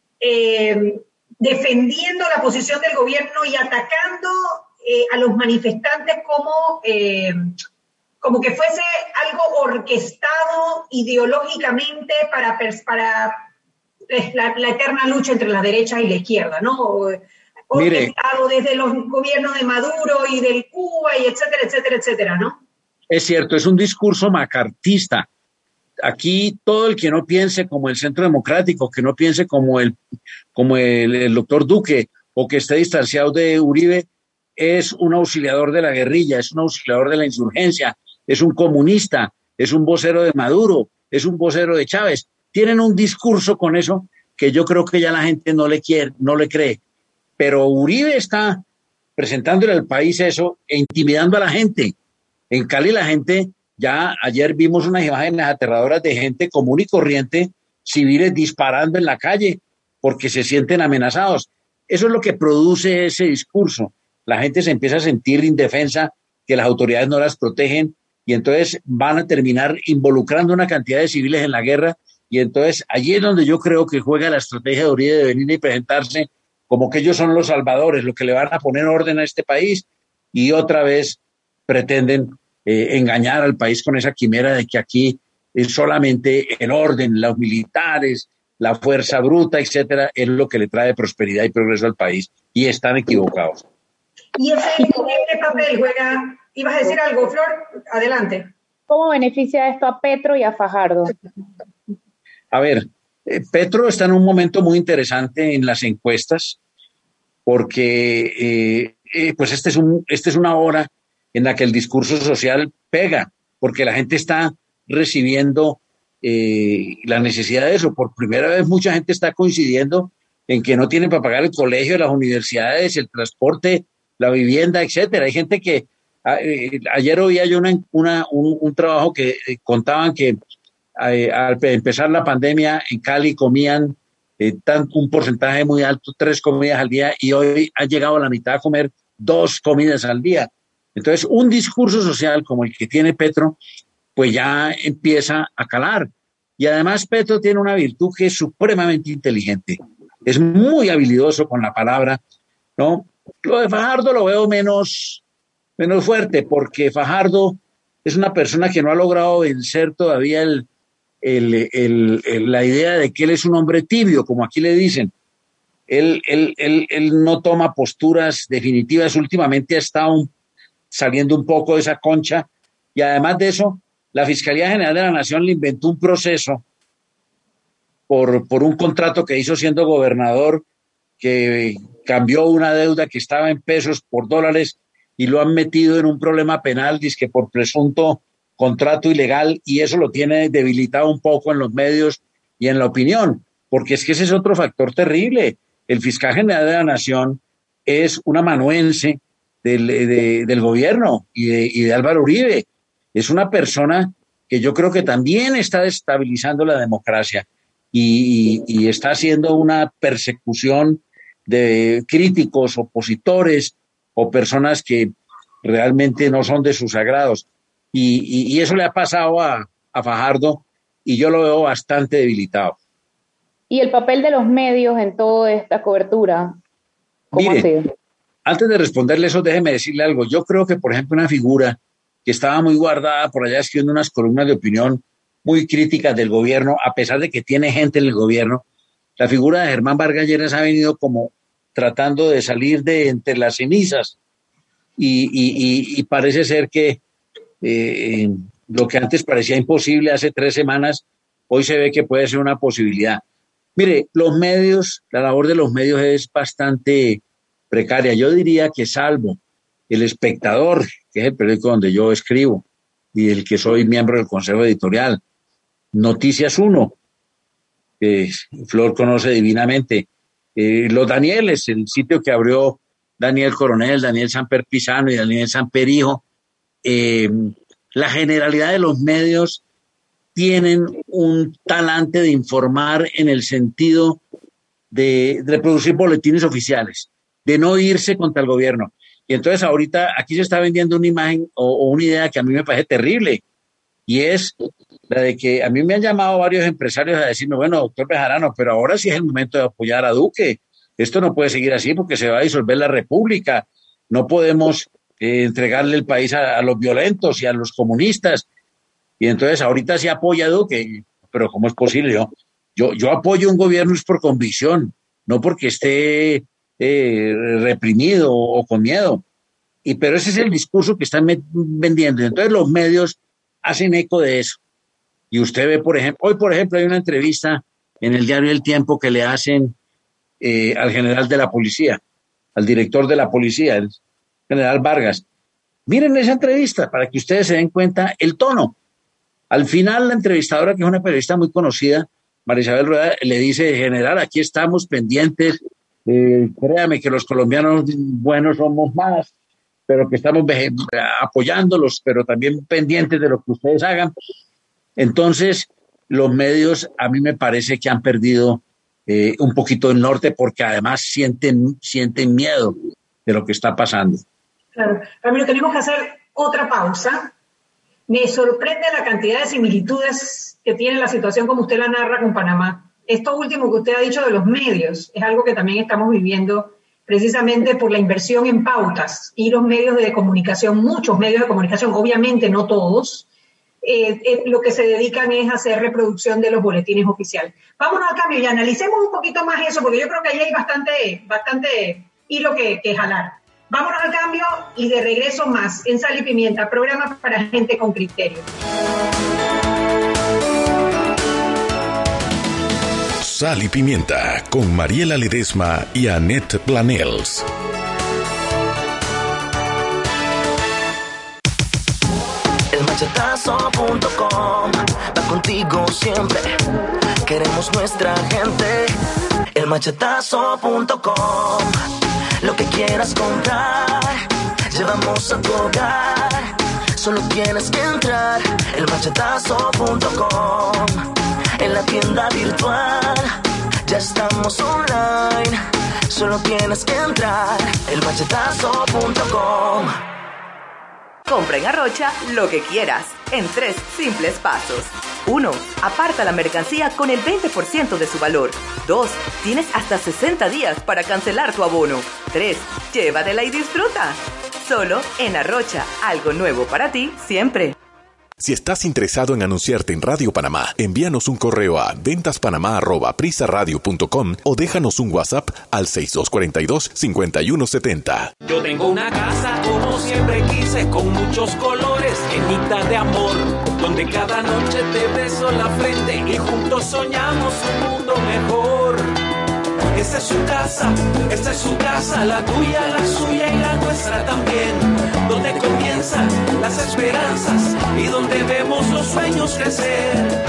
eh, defendiendo la posición del gobierno y atacando eh, a los manifestantes como, eh, como que fuese algo orquestado ideológicamente para, para la, la eterna lucha entre la derecha y la izquierda, ¿no? Orquestado desde los gobiernos de Maduro y del Cuba y etcétera, etcétera, etcétera, ¿no? Es cierto, es un discurso macartista. Aquí todo el que no piense como el Centro Democrático, que no piense como el, como el, el doctor Duque, o que esté distanciado de Uribe, es un auxiliador de la guerrilla, es un auxiliador de la insurgencia, es un comunista, es un vocero de Maduro, es un vocero de Chávez. Tienen un discurso con eso que yo creo que ya la gente no le quiere, no le cree. Pero Uribe está presentándole al país eso e intimidando a la gente. En Cali la gente, ya ayer vimos unas imágenes aterradoras de gente común y corriente, civiles disparando en la calle porque se sienten amenazados. Eso es lo que produce ese discurso. La gente se empieza a sentir indefensa, que las autoridades no las protegen, y entonces van a terminar involucrando una cantidad de civiles en la guerra, y entonces allí es donde yo creo que juega la estrategia de Uribe de venir y presentarse como que ellos son los salvadores, los que le van a poner orden a este país, y otra vez pretenden eh, engañar al país con esa quimera de que aquí es solamente el orden, los militares, la fuerza bruta, etcétera, es lo que le trae prosperidad y progreso al país, y están equivocados. ¿Y ese, ese papel juega? ¿Ibas a decir algo, Flor? Adelante. ¿Cómo beneficia esto a Petro y a Fajardo? A ver, eh, Petro está en un momento muy interesante en las encuestas, porque eh, eh, pues este es un, este es una hora en la que el discurso social pega, porque la gente está recibiendo eh, la necesidad de eso. Por primera vez mucha gente está coincidiendo en que no tienen para pagar el colegio, las universidades, el transporte, la vivienda, etcétera. Hay gente que a, eh, ayer oía yo una, una, un, un trabajo que eh, contaban que eh, al empezar la pandemia en Cali comían eh, tan, un porcentaje muy alto, tres comidas al día, y hoy han llegado a la mitad a comer dos comidas al día. Entonces, un discurso social como el que tiene Petro, pues ya empieza a calar. Y además Petro tiene una virtud que es supremamente inteligente. Es muy habilidoso con la palabra, ¿no? Lo de Fajardo lo veo menos, menos fuerte, porque Fajardo es una persona que no ha logrado vencer todavía el, el, el, el, la idea de que él es un hombre tibio, como aquí le dicen. Él, él, él, él no toma posturas definitivas. Últimamente ha estado un, saliendo un poco de esa concha, y además de eso, la Fiscalía General de la Nación le inventó un proceso por, por un contrato que hizo siendo gobernador, que cambió una deuda que estaba en pesos por dólares, y lo han metido en un problema penal, dizque por presunto contrato ilegal, y eso lo tiene debilitado un poco en los medios y en la opinión, porque es que ese es otro factor terrible. El fiscal general de la Nación es un amanuense del, de, del gobierno y de, y de Álvaro Uribe. Es una persona que yo creo que también está desestabilizando la democracia y, y, y está haciendo una persecución de críticos, opositores o personas que realmente no son de sus agrados. Y, y, y eso le ha pasado a, a Fajardo, y yo lo veo bastante debilitado. ¿Y el papel de los medios en toda esta cobertura? ¿Cómo Mire, ha sido? Antes de responderle eso, déjeme decirle algo. Yo creo que, por ejemplo, una figura que estaba muy guardada por allá escribiendo unas columnas de opinión muy críticas del gobierno, a pesar de que tiene gente en el gobierno, la figura de Germán Vargas Lleras ha venido como tratando de salir de entre las cenizas, y, y, y, y parece ser que eh, lo que antes parecía imposible hace tres semanas, hoy se ve que puede ser una posibilidad. Mire, los medios, la labor de los medios es bastante precaria. Yo diría que, salvo El Espectador, que es el periódico donde yo escribo y del que soy miembro del consejo editorial, Noticias uno, que Flor conoce divinamente, eh, Los Danieles, el sitio que abrió Daniel Coronel, Daniel Samper Pisano y Daniel Samper Hijo, eh, la generalidad de los medios tienen un talante de informar en el sentido de, de producir boletines oficiales, de no irse contra el gobierno. Y entonces ahorita aquí se está vendiendo una imagen o, o una idea que a mí me parece terrible, y es la de que a mí me han llamado varios empresarios a decirme, bueno, doctor Bejarano, pero ahora sí es el momento de apoyar a Duque. Esto no puede seguir así porque se va a disolver la República. No podemos eh, entregarle el país a, a los violentos y a los comunistas. Y entonces ahorita sí apoya a Duque, pero ¿cómo es posible? Yo, yo, yo apoyo un gobierno es por convicción, no porque esté eh, reprimido o, o con miedo. Y pero ese es el discurso que están vendiendo. Entonces los medios hacen eco de eso. Y usted ve, por ejemplo, hoy por ejemplo hay una entrevista en el diario El Tiempo que le hacen eh, al general de la policía, al director de la policía, el general Vargas. Miren esa entrevista para que ustedes se den cuenta el tono. Al final la entrevistadora, que es una periodista muy conocida, María Isabel Rueda, le dice, general, aquí estamos pendientes, eh, créame que los colombianos buenos somos más, pero que estamos apoyándolos, pero también pendientes de lo que ustedes hagan. Entonces, los medios a mí me parece que han perdido eh, un poquito el norte porque además sienten, sienten miedo de lo que está pasando. Claro, Ramiro, tenemos que hacer otra pausa. Me sorprende la cantidad de similitudes que tiene la situación como usted la narra con Panamá. Esto último que usted ha dicho de los medios es algo que también estamos viviendo precisamente por la inversión en pautas y los medios de comunicación, muchos medios de comunicación, obviamente no todos, eh, eh, lo que se dedican es a hacer reproducción de los boletines oficiales. Vámonos al cambio y analicemos un poquito más eso, porque yo creo que ahí hay bastante, bastante hilo que, que jalar. Vámonos al cambio y de regreso más en Sal y Pimienta, programa para gente con criterio. Sal y Pimienta con Mariela Ledesma y Annette Planels. el machetazo punto com va contigo siempre. Queremos nuestra gente. el machetazo punto com. Lo que quieras comprar, llevamos a tu hogar. Solo tienes que entrar. el machetazo punto com. En la tienda virtual, ya estamos online. Solo tienes que entrar. el machetazo punto com. Compra en Arrocha lo que quieras, en tres simples pasos. uno. Aparta la mercancía con el veinte por ciento de su valor. dos. Tienes hasta sesenta días para cancelar tu abono. tres. Llévatela y disfruta. Solo en Arrocha, algo nuevo para ti siempre. Si estás interesado en anunciarte en Radio Panamá, envíanos un correo a ventas panamá arroba prisa radio punto com o déjanos un WhatsApp al seis dos cuatro dos, cinco uno siete cero. Yo tengo una casa como siempre quise, con muchos colores, llenita de amor, donde cada noche te beso la frente y juntos soñamos un mundo mejor. Esa es su casa, esta es su casa, la tuya, la suya y la nuestra también. Donde comienzan las esperanzas y donde vemos los sueños crecer.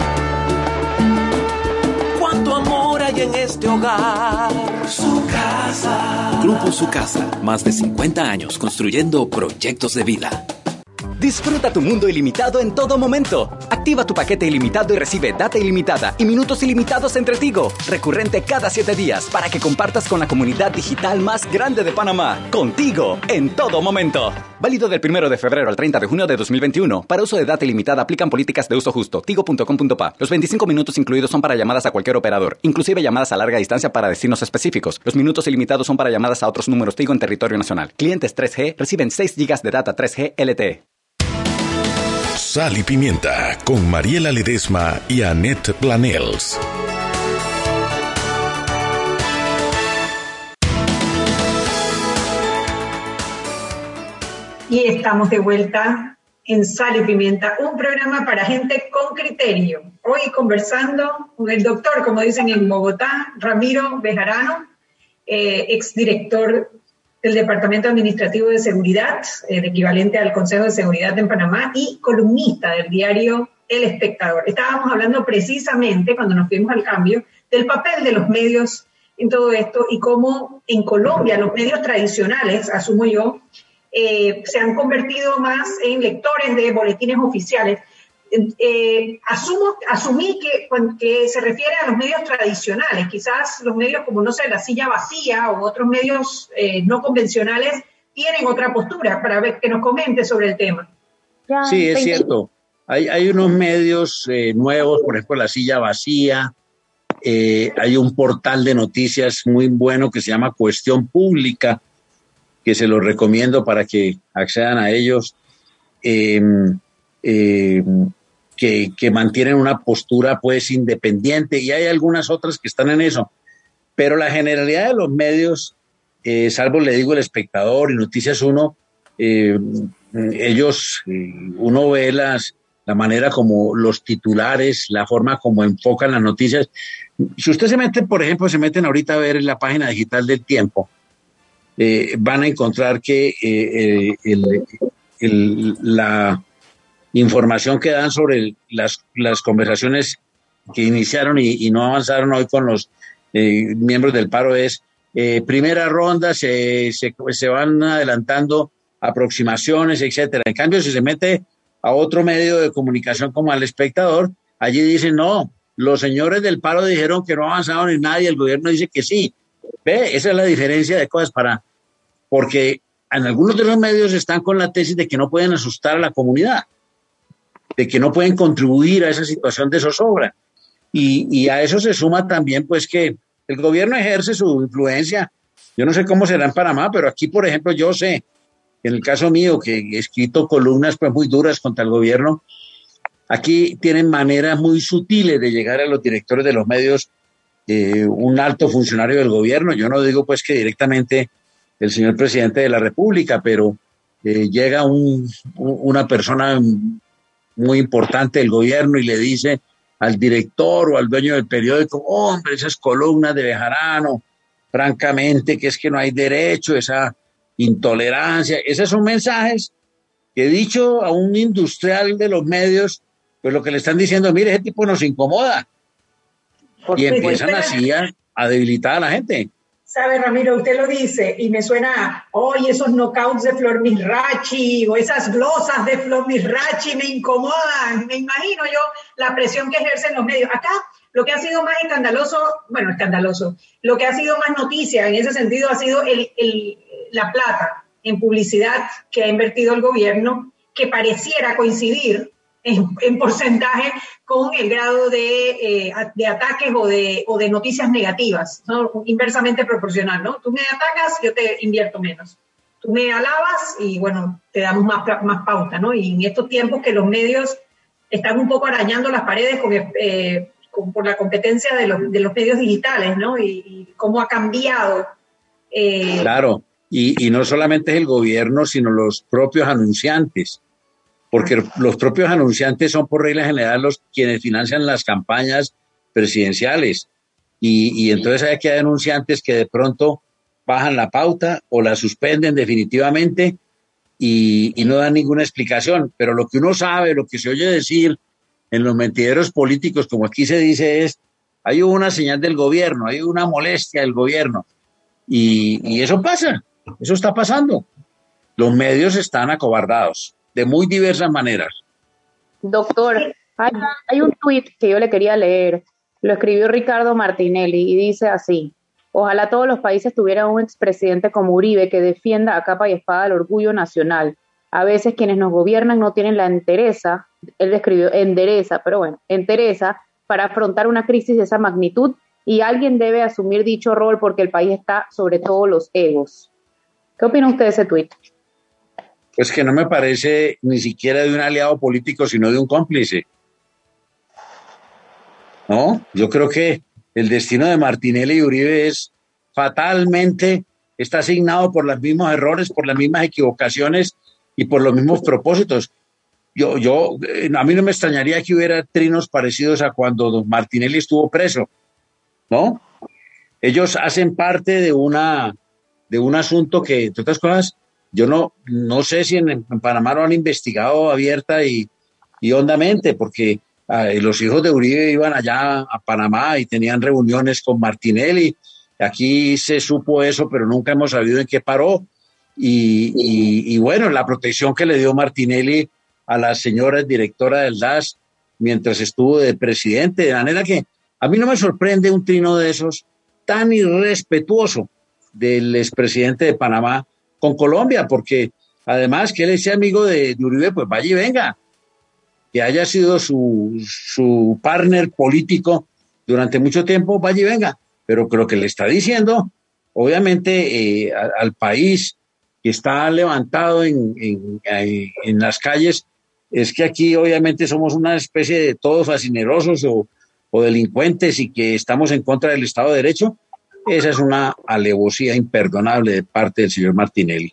Cuánto amor hay en este hogar. Su casa. Grupo Su Casa, más de cincuenta años construyendo proyectos de vida. Disfruta tu mundo ilimitado en todo momento. Activa tu paquete ilimitado y recibe data ilimitada y minutos ilimitados entre Tigo, recurrente cada siete días para que compartas con la comunidad digital más grande de Panamá. Contigo, en todo momento. Válido del primero de febrero al treinta de junio de dos mil veintiuno. Para uso de data ilimitada aplican políticas de uso justo. Tigo punto com punto pa. Los veinticinco minutos incluidos son para llamadas a cualquier operador, inclusive llamadas a larga distancia para destinos específicos. Los minutos ilimitados son para llamadas a otros números Tigo en territorio nacional. Clientes tres G reciben seis gigas de data tres G L T E. Sal y Pimienta con Mariela Ledesma y Annette Planels. Y estamos de vuelta en Sal y Pimienta, un programa para gente con criterio. Hoy conversando con el doctor, como dicen en Bogotá, Ramiro Bejarano, eh, exdirector del Departamento Administrativo de Seguridad, el equivalente al Consejo de Seguridad en Panamá, y columnista del diario El Espectador. Estábamos hablando precisamente, cuando nos fuimos al cambio, del papel de los medios en todo esto y cómo en Colombia los medios tradicionales, asumo yo, eh, se han convertido más en lectores de boletines oficiales. Eh, asumo, asumí que, que se refiere a los medios tradicionales, quizás los medios como, no sé, La Silla Vacía o otros medios eh, no convencionales tienen otra postura, para ver que nos comente sobre el tema. Sí, es cierto. Hay, hay unos medios eh, nuevos, por ejemplo, La Silla Vacía, eh, hay un portal de noticias muy bueno que se llama Cuestión Pública, que se los recomiendo para que accedan a ellos. Eh, eh, Que, que mantienen una postura pues independiente, y hay algunas otras que están en eso, pero la generalidad de los medios, eh, salvo le digo El Espectador y Noticias Uno, eh, ellos, eh, uno ve las, la manera como los titulares, la forma como enfocan las noticias. Si usted se mete, por ejemplo, se meten ahorita a ver en la página digital del Tiempo, eh, van a encontrar que eh, el, el, la información que dan sobre el, las, las conversaciones que iniciaron y, y no avanzaron hoy con los eh, miembros del paro es eh, primera ronda, se, se, se van adelantando aproximaciones, etcétera. En cambio, si se mete a otro medio de comunicación como El Espectador, allí dicen no, los señores del paro dijeron que no avanzaron en nada y el gobierno dice que sí. Ve, esa es la diferencia de cosas para, porque en algunos de los medios están con la tesis de que no pueden asustar a la comunidad, de que no pueden contribuir a esa situación de zozobra. Y, y a eso se suma también pues que el gobierno ejerce su influencia. Yo no sé cómo será en Panamá, pero aquí, por ejemplo, yo sé, en el caso mío, que he escrito columnas pues muy duras contra el gobierno, aquí tienen maneras muy sutiles de llegar a los directores de los medios, eh, un alto funcionario del gobierno. Yo no digo pues que directamente el señor presidente de la República, pero eh, llega un, una persona muy importante del gobierno y le dice al director o al dueño del periódico, hombre, esas columnas de Bejarano, francamente que es que no hay derecho, esa intolerancia, esos son mensajes que dicho a un industrial de los medios, pues lo que le están diciendo, mire, ese tipo nos incomoda. Y empiezan así a, a debilitar a la gente. Sabe, Ramiro, usted lo dice y me suena, oye, esos knockouts de Flor Mizrachi o esas glosas de Flor Mizrachi me incomodan. Me imagino yo la presión que ejercen los medios. Acá lo que ha sido más escandaloso, bueno, escandaloso, lo que ha sido más noticia en ese sentido ha sido el, el, la plata en publicidad que ha invertido el gobierno, que pareciera coincidir en, en porcentaje con el grado de, eh, de ataques o de, o de noticias negativas, ¿no? Inversamente proporcional, ¿no? Tú me atacas, yo te invierto menos. Tú me alabas y, bueno, te damos más, más pauta, ¿no? Y en estos tiempos que los medios están un poco arañando las paredes con, eh, con, por la competencia de los, de los medios digitales, ¿no? Y, y cómo ha cambiado. Eh, claro, y, y no solamente es el gobierno, sino los propios anunciantes. Porque los propios anunciantes son por regla general los quienes financian las campañas presidenciales. Y, y entonces hay que hay anunciantes que de pronto bajan la pauta o la suspenden definitivamente y, y no dan ninguna explicación. Pero lo que uno sabe, lo que se oye decir en los mentideros políticos, como aquí se dice, es hay una señal del gobierno, hay una molestia del gobierno. Y, y eso pasa, eso está pasando. Los medios están acobardados de muy diversas maneras. Doctor, hay, hay un tuit que yo le quería leer, lo escribió Ricardo Martinelli y dice así: ojalá todos los países tuvieran un expresidente como Uribe que defienda a capa y espada el orgullo nacional. A veces quienes nos gobiernan no tienen la entereza, él describió endereza, pero bueno, entereza para afrontar una crisis de esa magnitud, y alguien debe asumir dicho rol porque el país está sobre todos los egos. ¿Qué opina usted de ese tuit? Pues que no me parece ni siquiera de un aliado político, sino de un cómplice. ¿No? Yo creo que el destino de Martinelli y Uribe es fatalmente, está asignado por los mismos errores, por las mismas equivocaciones y por los mismos propósitos. Yo, yo, a mí no me extrañaría que hubiera trinos parecidos a cuando don Martinelli estuvo preso, ¿no? Ellos hacen parte de una, de un asunto que, entre otras cosas, yo no, no sé si en, en Panamá lo han investigado abierta y, y hondamente, porque eh, los hijos de Uribe iban allá a Panamá y tenían reuniones con Martinelli Aquí se supo eso, pero nunca hemos sabido en qué paró. Y, y, y bueno, la protección que le dio Martinelli a la señora directora del D A S mientras estuvo de presidente, de manera que a mí no me sorprende un trino de esos tan irrespetuoso del expresidente de Panamá con Colombia, porque además que él sea amigo de, de Uribe, pues vaya y venga, que haya sido su, su partner político durante mucho tiempo, vaya y venga, pero creo que le está diciendo, obviamente, eh, a, al país que está levantado en, en, en las calles, es que aquí obviamente somos una especie de todos fascinerosos o, o delincuentes y que estamos en contra del Estado de Derecho. Esa es una alevosía imperdonable de parte del señor Martinelli.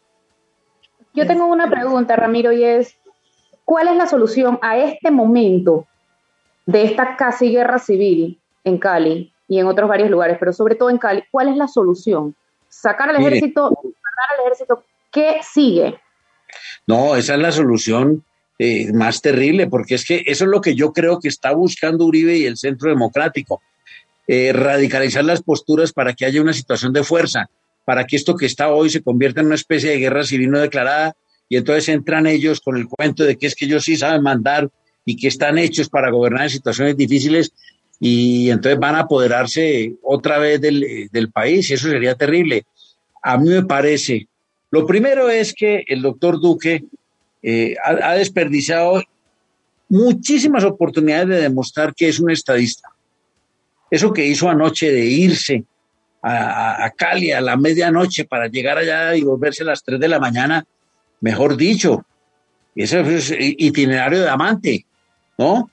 Yo tengo una pregunta, Ramiro, y es, ¿cuál es la solución a este momento de esta casi guerra civil en Cali y en otros varios lugares, pero sobre todo en Cali? ¿Cuál es la solución? ¿Sacar al Mire, ejército? ¿Sacar al ejército? ¿Qué sigue? No, esa es la solución eh, más terrible, porque es que eso es lo que yo creo que está buscando Uribe y el Centro Democrático. Eh, radicalizar las posturas para que haya una situación de fuerza, para que esto que está hoy se convierta en una especie de guerra civil no declarada, y entonces entran ellos con el cuento de que es que ellos sí saben mandar y que están hechos para gobernar en situaciones difíciles, y entonces van a apoderarse otra vez del, del país, y eso sería terrible. A mí me parece, lo primero es que el doctor Duque eh, ha, ha desperdiciado muchísimas oportunidades de demostrar que es un estadista. Eso que hizo anoche de irse a, a Cali a la medianoche para llegar allá y volverse a las tres de la mañana, mejor dicho, ese es itinerario de amante, ¿no?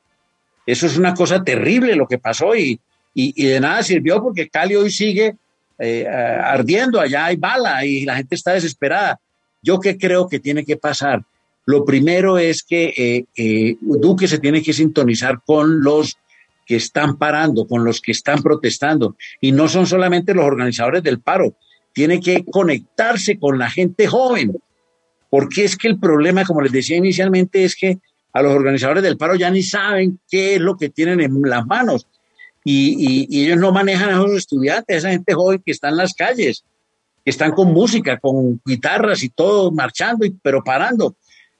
Eso es una cosa terrible lo que pasó y, y, y de nada sirvió porque Cali hoy sigue eh, ardiendo, allá hay bala y la gente está desesperada. ¿Yo qué creo que tiene que pasar? Lo primero es que eh, eh, Duque se tiene que sintonizar con los que están parando, con los que están protestando, y no son solamente los organizadores del paro, tiene que conectarse con la gente joven, porque es que el problema, como les decía inicialmente, es que a los organizadores del paro ya ni saben qué es lo que tienen en las manos, y, y, y ellos no manejan a esos estudiantes, a esa gente joven que está en las calles, que están con música, con guitarras y todo, marchando, y, pero parando.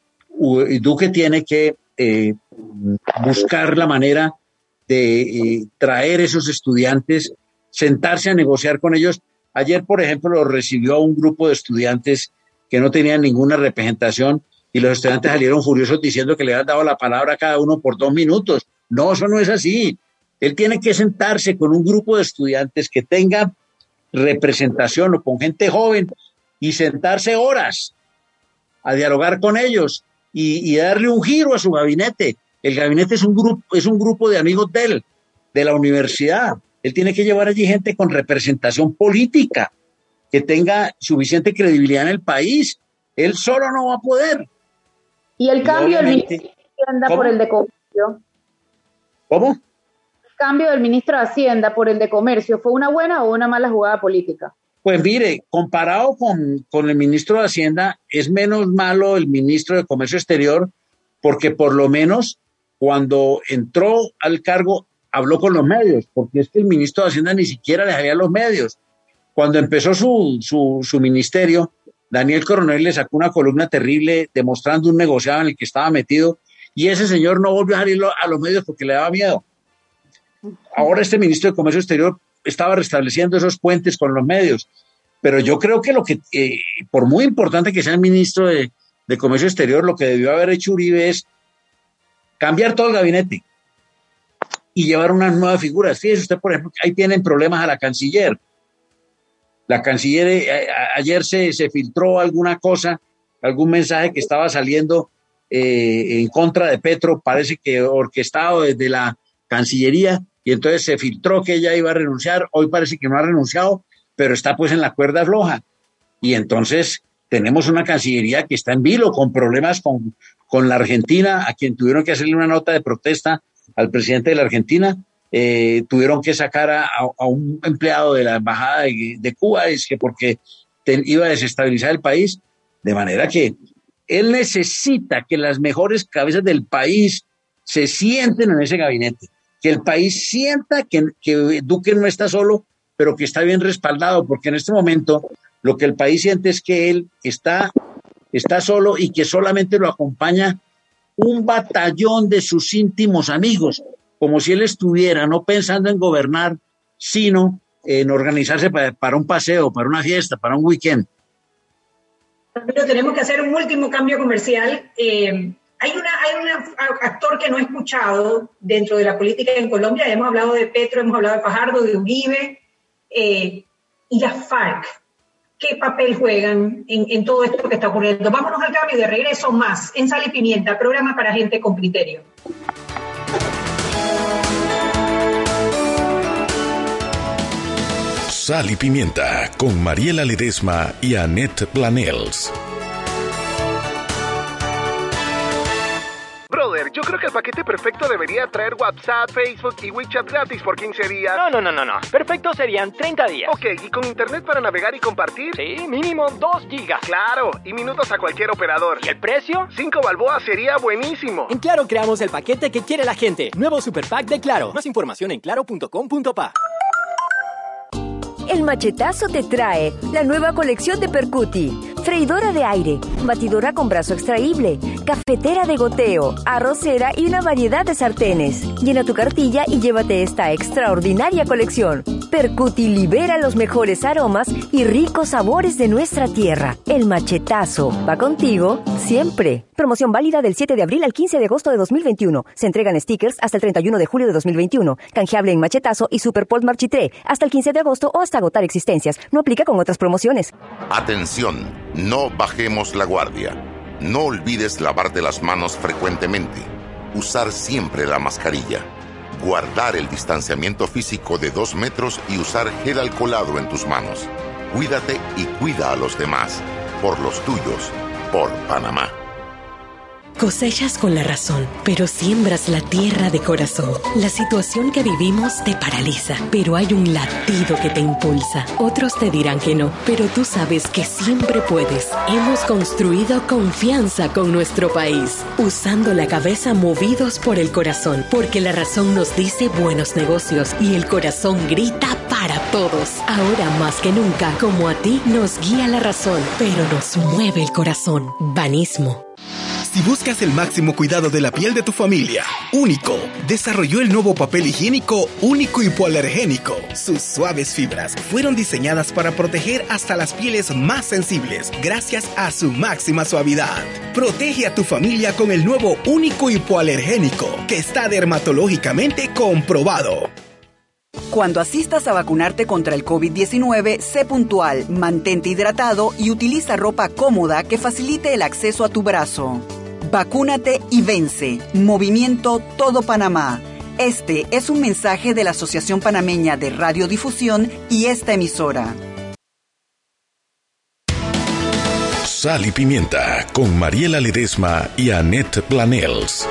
Y Duque tiene que eh, buscar la manera de eh, traer esos estudiantes, sentarse a negociar con ellos. Ayer, por ejemplo, lo recibió un grupo de estudiantes que no tenían ninguna representación y los estudiantes salieron furiosos diciendo que le habían dado la palabra a cada uno por dos minutos. No, eso no es así. Él tiene que sentarse con un grupo de estudiantes que tenga representación o con gente joven y sentarse horas a dialogar con ellos y, y darle un giro a su gabinete. El gabinete es un grupo, es un grupo de amigos de él, de la universidad. Él tiene que llevar allí gente con representación política, que tenga suficiente credibilidad en el país. Él solo no va a poder. ¿Y el cambio del ministro de Hacienda por el de Comercio? ¿Cómo? ¿El cambio del ministro de Hacienda por el de Comercio fue una buena o una mala jugada política? Pues mire, comparado con, con el ministro de Hacienda, es menos malo el ministro de Comercio Exterior, porque por lo menos cuando entró al cargo habló con los medios, porque es que el ministro de Hacienda ni siquiera le había los medios. Cuando empezó su, su, su ministerio, Daniel Coronel le sacó una columna terrible demostrando un negociado en el que estaba metido y ese señor no volvió a salir a los medios porque le daba miedo. Ahora este ministro de Comercio Exterior estaba restableciendo esos puentes con los medios, pero yo creo que lo que, eh, por muy importante que sea el ministro de, de Comercio Exterior, lo que debió haber hecho Uribe es cambiar todo el gabinete y llevar unas nuevas figuras. Fíjese usted, por ejemplo, ahí tienen problemas a la canciller. La canciller, eh, a, ayer se, se filtró alguna cosa, algún mensaje que estaba saliendo eh, en contra de Petro, parece que orquestado desde la Cancillería, y entonces se filtró que ella iba a renunciar. Hoy parece que no ha renunciado, pero está pues en la cuerda floja. Y entonces tenemos una Cancillería que está en vilo, con problemas con, con la Argentina, a quien tuvieron que hacerle una nota de protesta al presidente de la Argentina. Eh, tuvieron que sacar a, a un empleado de la embajada de, de Cuba, es que porque te, iba a desestabilizar el país, de manera que él necesita que las mejores cabezas del país se sienten en ese gabinete, que el país sienta que, que Duque no está solo, pero que está bien respaldado, porque en este momento lo que el país siente es que él está, está solo y que solamente lo acompaña un batallón de sus íntimos amigos, como si él estuviera no pensando en gobernar, sino en organizarse para, para un paseo, para una fiesta, para un weekend. Pero tenemos que hacer un último cambio comercial. Eh, hay, una, hay un actor que no he escuchado dentro de la política en Colombia. Hemos hablado de Petro, hemos hablado de Fajardo, de Uribe, eh, y las FARC. ¿Qué papel juegan en, en todo esto que está ocurriendo? Vámonos al cambio y de regreso más en Sal y Pimienta, programa para gente con criterio. Sal y Pimienta con Mariela Ledesma y Annette Planels. Brother, yo creo que el paquete perfecto debería traer WhatsApp, Facebook y WeChat gratis por quince días. No, no, no, no, no. Perfecto serían treinta días. Ok, ¿y con internet para navegar y compartir? Sí, mínimo dos gigas. Claro, y minutos a cualquier operador. ¿Y el precio? cinco balboas sería buenísimo. En Claro creamos el paquete que quiere la gente. Nuevo Super Pack de Claro. Más información en claro punto com punto pa. El Machetazo te trae la nueva colección de Percuti. Freidora de aire, batidora con brazo extraíble, cafetera de goteo, arrocera y una variedad de sartenes. Llena tu cartilla y llévate esta extraordinaria colección. Percuti libera los mejores aromas y ricos sabores de nuestra tierra. El Machetazo va contigo siempre. Promoción válida del siete de abril al quince de agosto de dos mil veintiuno. Se entregan stickers hasta el treinta y uno de julio de dos mil veintiuno. Canjeable en Machetazo y Super Port Marchitré hasta el quince de agosto o hasta agotar existencias. No aplica con otras promociones. Atención, no bajemos la guardia. No olvides lavarte las manos frecuentemente. Usar siempre la mascarilla. Guardar el distanciamiento físico de dos metros y usar gel alcoholado en tus manos. Cuídate y cuida a los demás. Por los tuyos. Por Panamá. Cosechas con la razón, pero siembras la tierra de corazón. La situación que vivimos te paraliza, pero hay un latido que te impulsa. Otros te dirán que no, pero tú sabes que siempre puedes. Hemos construido confianza con nuestro país, usando la cabeza movidos por el corazón, porque la razón nos dice buenos negocios y el corazón grita para todos. Ahora más que nunca, como a ti nos guía la razón, pero nos mueve el corazón. Banismo. Si buscas el máximo cuidado de la piel de tu familia, Único desarrolló el nuevo papel higiénico Único Hipoalergénico. Sus suaves fibras fueron diseñadas para proteger hasta las pieles más sensibles gracias a su máxima suavidad. Protege a tu familia con el nuevo Único Hipoalergénico, que está dermatológicamente comprobado. Cuando asistas a vacunarte contra el COVID diecinueve, sé puntual, mantente hidratado y utiliza ropa cómoda que facilite el acceso a tu brazo. Vacúnate y vence. Movimiento Todo Panamá. Este es un mensaje de la Asociación Panameña de Radiodifusión y esta emisora. Sal y Pimienta con Mariela Ledesma y Annette Planels.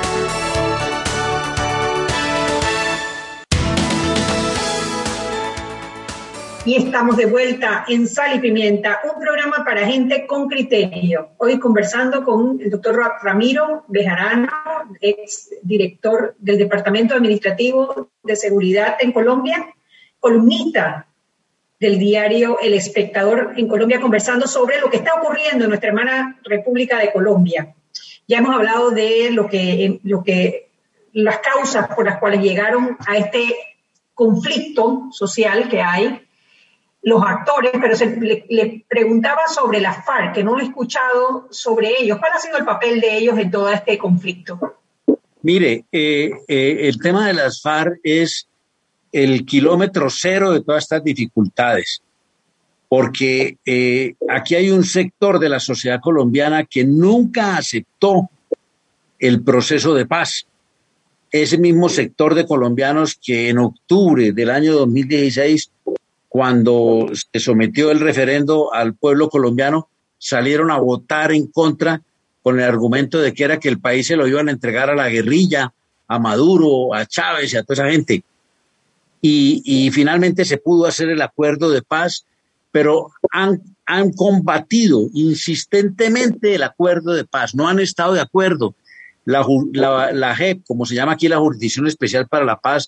Y estamos de vuelta en Sal y Pimienta, un programa para gente con criterio. Hoy conversando con el doctor Ramiro Bejarano, ex director del Departamento Administrativo de Seguridad en Colombia, columnista del diario El Espectador en Colombia, conversando sobre lo que está ocurriendo en nuestra hermana República de Colombia. Ya hemos hablado de lo que, lo que, las causas por las cuales llegaron a este conflicto social que hay, los actores, pero se, le, le preguntaba sobre las FARC, que no he escuchado sobre ellos. ¿Cuál ha sido el papel de ellos en todo este conflicto? Mire, eh, eh, el tema de las FARC es el kilómetro cero de todas estas dificultades, porque eh, aquí hay un sector de la sociedad colombiana que nunca aceptó el proceso de paz. Ese mismo sector de colombianos que en octubre del año dos mil dieciséis, cuando se sometió el referendo al pueblo colombiano, salieron a votar en contra con el argumento de que era que el país se lo iban a entregar a la guerrilla, a Maduro, a Chávez y a toda esa gente. Y, y finalmente se pudo hacer el acuerdo de paz, pero han, han combatido insistentemente el acuerdo de paz, no han estado de acuerdo. La, la, la J E P, como se llama aquí, la Jurisdicción Especial para la Paz,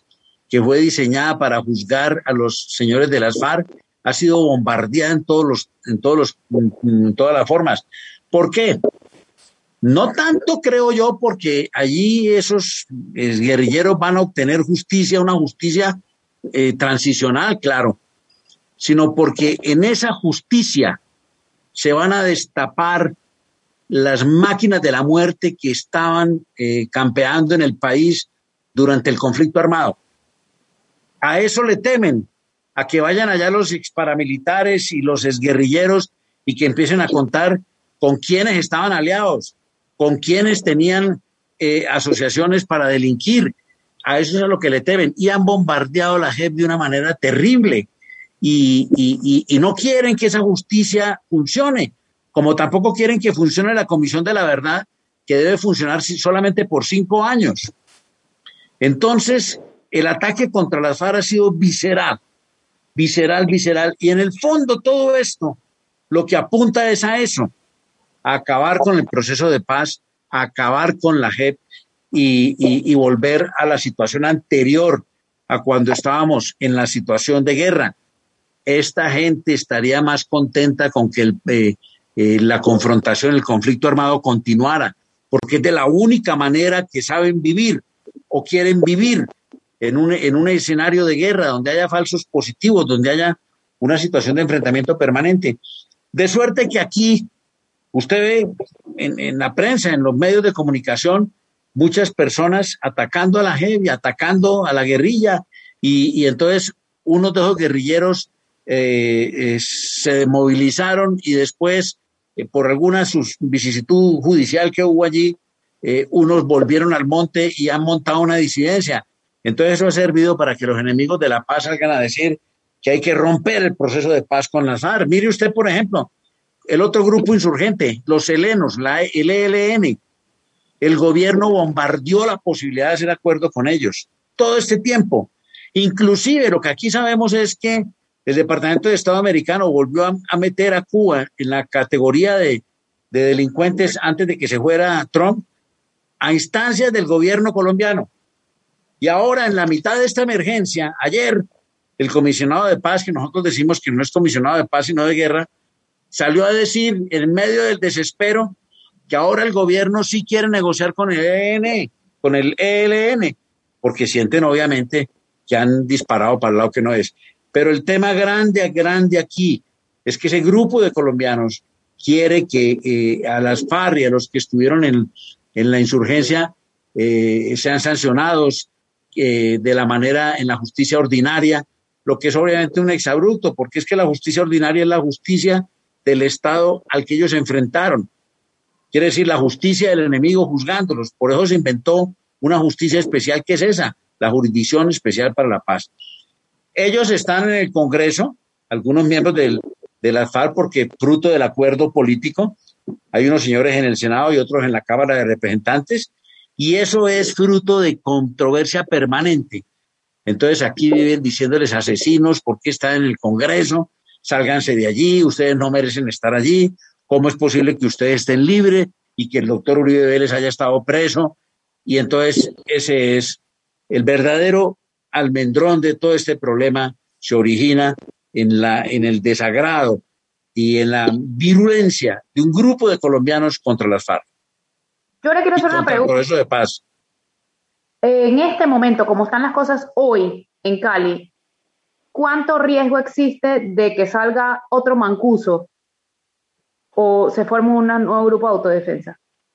que fue diseñada para juzgar a los señores de las FARC, ha sido bombardeada en todos los, en todos los, en todas las formas. ¿Por qué? No tanto creo yo porque allí esos eh, guerrilleros van a obtener justicia, una justicia eh, transicional, claro, sino porque en esa justicia se van a destapar las máquinas de la muerte que estaban eh, campeando en el país durante el conflicto armado. A eso le temen, a que vayan allá los exparamilitares y los exguerrilleros y que empiecen a contar con quienes estaban aliados, con quienes tenían eh, asociaciones para delinquir. A eso es a lo que le temen. Y han bombardeado la J E P de una manera terrible. Y, y, y, y no quieren que esa justicia funcione, como tampoco quieren que funcione la Comisión de la Verdad, que debe funcionar solamente por cinco años. Entonces, el ataque contra las FARC ha sido visceral, visceral, visceral. Y en el fondo todo esto lo que apunta es a eso, a acabar con el proceso de paz, a acabar con la J E P y, y, y volver a la situación anterior a cuando estábamos en la situación de guerra. Esta gente estaría más contenta con que el, eh, eh, la confrontación, el conflicto armado continuara, porque es de la única manera que saben vivir o quieren vivir en un, en un escenario de guerra donde haya falsos positivos, donde haya una situación de enfrentamiento permanente. De suerte que aquí usted ve en, en la prensa, en los medios de comunicación, muchas personas atacando a la J E P, atacando a la guerrilla, y, y entonces unos de esos guerrilleros eh, eh, se movilizaron y después, eh, por alguna sus, vicisitud judicial que hubo allí, eh, unos volvieron al monte y han montado una disidencia. Entonces eso ha servido para que los enemigos de la paz salgan a decir que hay que romper el proceso de paz con las FARC. Mire usted, por ejemplo, el otro grupo insurgente, los helenos, la, el E L N, el gobierno bombardeó la posibilidad de hacer acuerdo con ellos todo este tiempo. Inclusive lo que aquí sabemos es que el Departamento de Estado americano volvió a, a meter a Cuba en la categoría de, de delincuentes antes de que se fuera Trump, a instancias del gobierno colombiano. Y ahora, en la mitad de esta emergencia, ayer, el comisionado de paz, que nosotros decimos que no es comisionado de paz sino de guerra, salió a decir, en medio del desespero, que ahora el gobierno sí quiere negociar con el E L N, con el E L N, porque sienten obviamente que han disparado para el lado que no es. Pero el tema grande, grande aquí, es que ese grupo de colombianos quiere que eh, a las FARC y a los que estuvieron en, en la insurgencia eh, sean sancionados eh, de la manera en la justicia ordinaria, lo que es obviamente un exabrupto, porque es que la justicia ordinaria es la justicia del Estado al que ellos se enfrentaron. Quiere decir, la justicia del enemigo juzgándolos. Por eso se inventó una justicia especial, que es esa, la Jurisdicción Especial para la Paz. Ellos están en el Congreso, algunos miembros del, de la FARC, porque fruto del acuerdo político, hay unos señores en el Senado y otros en la Cámara de Representantes, y eso es fruto de controversia permanente. Entonces aquí viven diciéndoles asesinos, ¿por qué están en el Congreso? Sálganse de allí, ustedes no merecen estar allí. ¿Cómo es posible que ustedes estén libres y que el doctor Uribe Vélez haya estado preso? Y entonces ese es el verdadero almendrón de todo este problema, se origina en, la, en el desagrado y en la virulencia de un grupo de colombianos contra las FARC. Yo le quiero hacer una pregunta. El proceso de paz. En este momento, como están las cosas hoy en Cali, ¿cuánto riesgo existe de que salga otro Mancuso o se forme un nuevo grupo de autodefensa?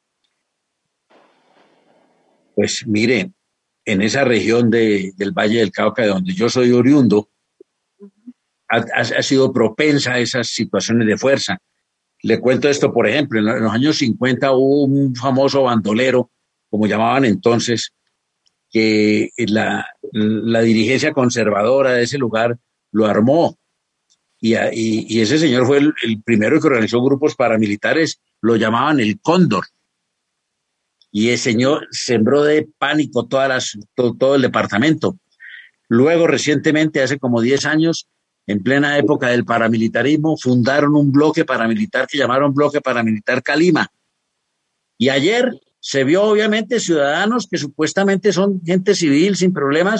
Pues mire, en esa región de, del Valle del Cauca, de donde yo soy oriundo, ha, ha, ha sido propensa a esas situaciones de fuerza. Le cuento esto, por ejemplo, en los años cincuenta hubo un famoso bandolero, como llamaban entonces, que la, la dirigencia conservadora de ese lugar lo armó. Y, y, y ese señor fue el, el primero que organizó grupos paramilitares, lo llamaban el Cóndor. Y el señor sembró de pánico todas las, todo, todo el departamento. Luego, recientemente, hace como diez años, en plena época del paramilitarismo, fundaron un bloque paramilitar que llamaron Bloque Paramilitar Calima. Y ayer se vio, obviamente, ciudadanos que supuestamente son gente civil sin problemas,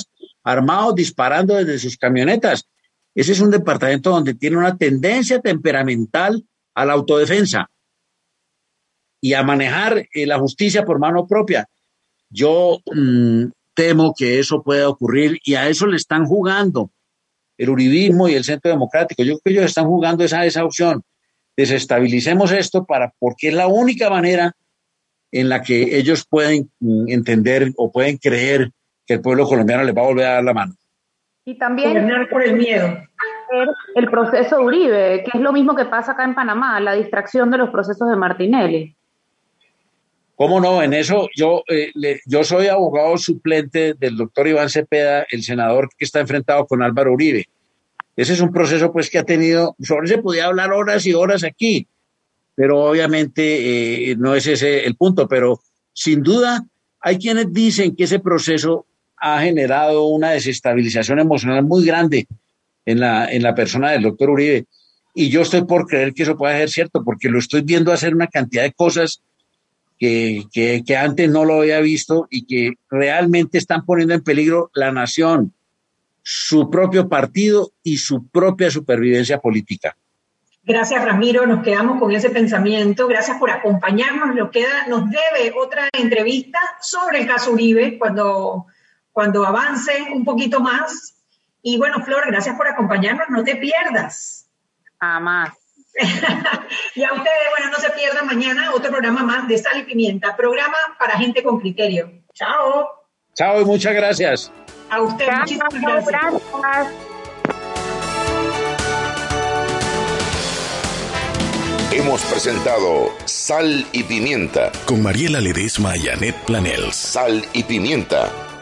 armados disparando desde sus camionetas. Ese es un departamento donde tiene una tendencia temperamental a la autodefensa y a manejar eh, la justicia por mano propia. Yo mmm, temo que eso pueda ocurrir y a eso le están jugando el uribismo y el Centro Democrático. Yo creo que ellos están jugando esa, esa opción. Desestabilicemos esto para, porque es la única manera en la que ellos pueden mm, entender o pueden creer que el pueblo colombiano les va a volver a dar la mano. Y también gobernar por el miedo. El proceso de Uribe, que es lo mismo que pasa acá en Panamá, la distracción de los procesos de Martinelli. ¿Cómo no? En eso yo, eh, le, yo soy abogado suplente del doctor Iván Cepeda, el senador que está enfrentado con Álvaro Uribe. Ese es un proceso pues que ha tenido, sobre eso se podía hablar horas y horas aquí, pero obviamente eh, no es ese el punto, pero sin duda hay quienes dicen que ese proceso ha generado una desestabilización emocional muy grande en la, en la persona del doctor Uribe. Y yo estoy por creer que eso pueda ser cierto, porque lo estoy viendo hacer una cantidad de cosas que, que, que antes no lo había visto y que realmente están poniendo en peligro la nación, su propio partido y su propia supervivencia política. Gracias, Ramiro. Nos quedamos con ese pensamiento. Gracias por acompañarnos. Nos queda, nos debe otra entrevista sobre el caso Uribe cuando, cuando avance un poquito más. Y bueno, Flor, gracias por acompañarnos. No te pierdas. Jamás. Y a ustedes, bueno, no se pierdan mañana otro programa más de Sal y Pimienta, programa para gente con criterio. Chao. Chao y muchas gracias. A usted, Chao, muchísimas gracias. gracias. Hemos presentado Sal y Pimienta con Mariela Ledesma y Annette Planels. Sal y Pimienta,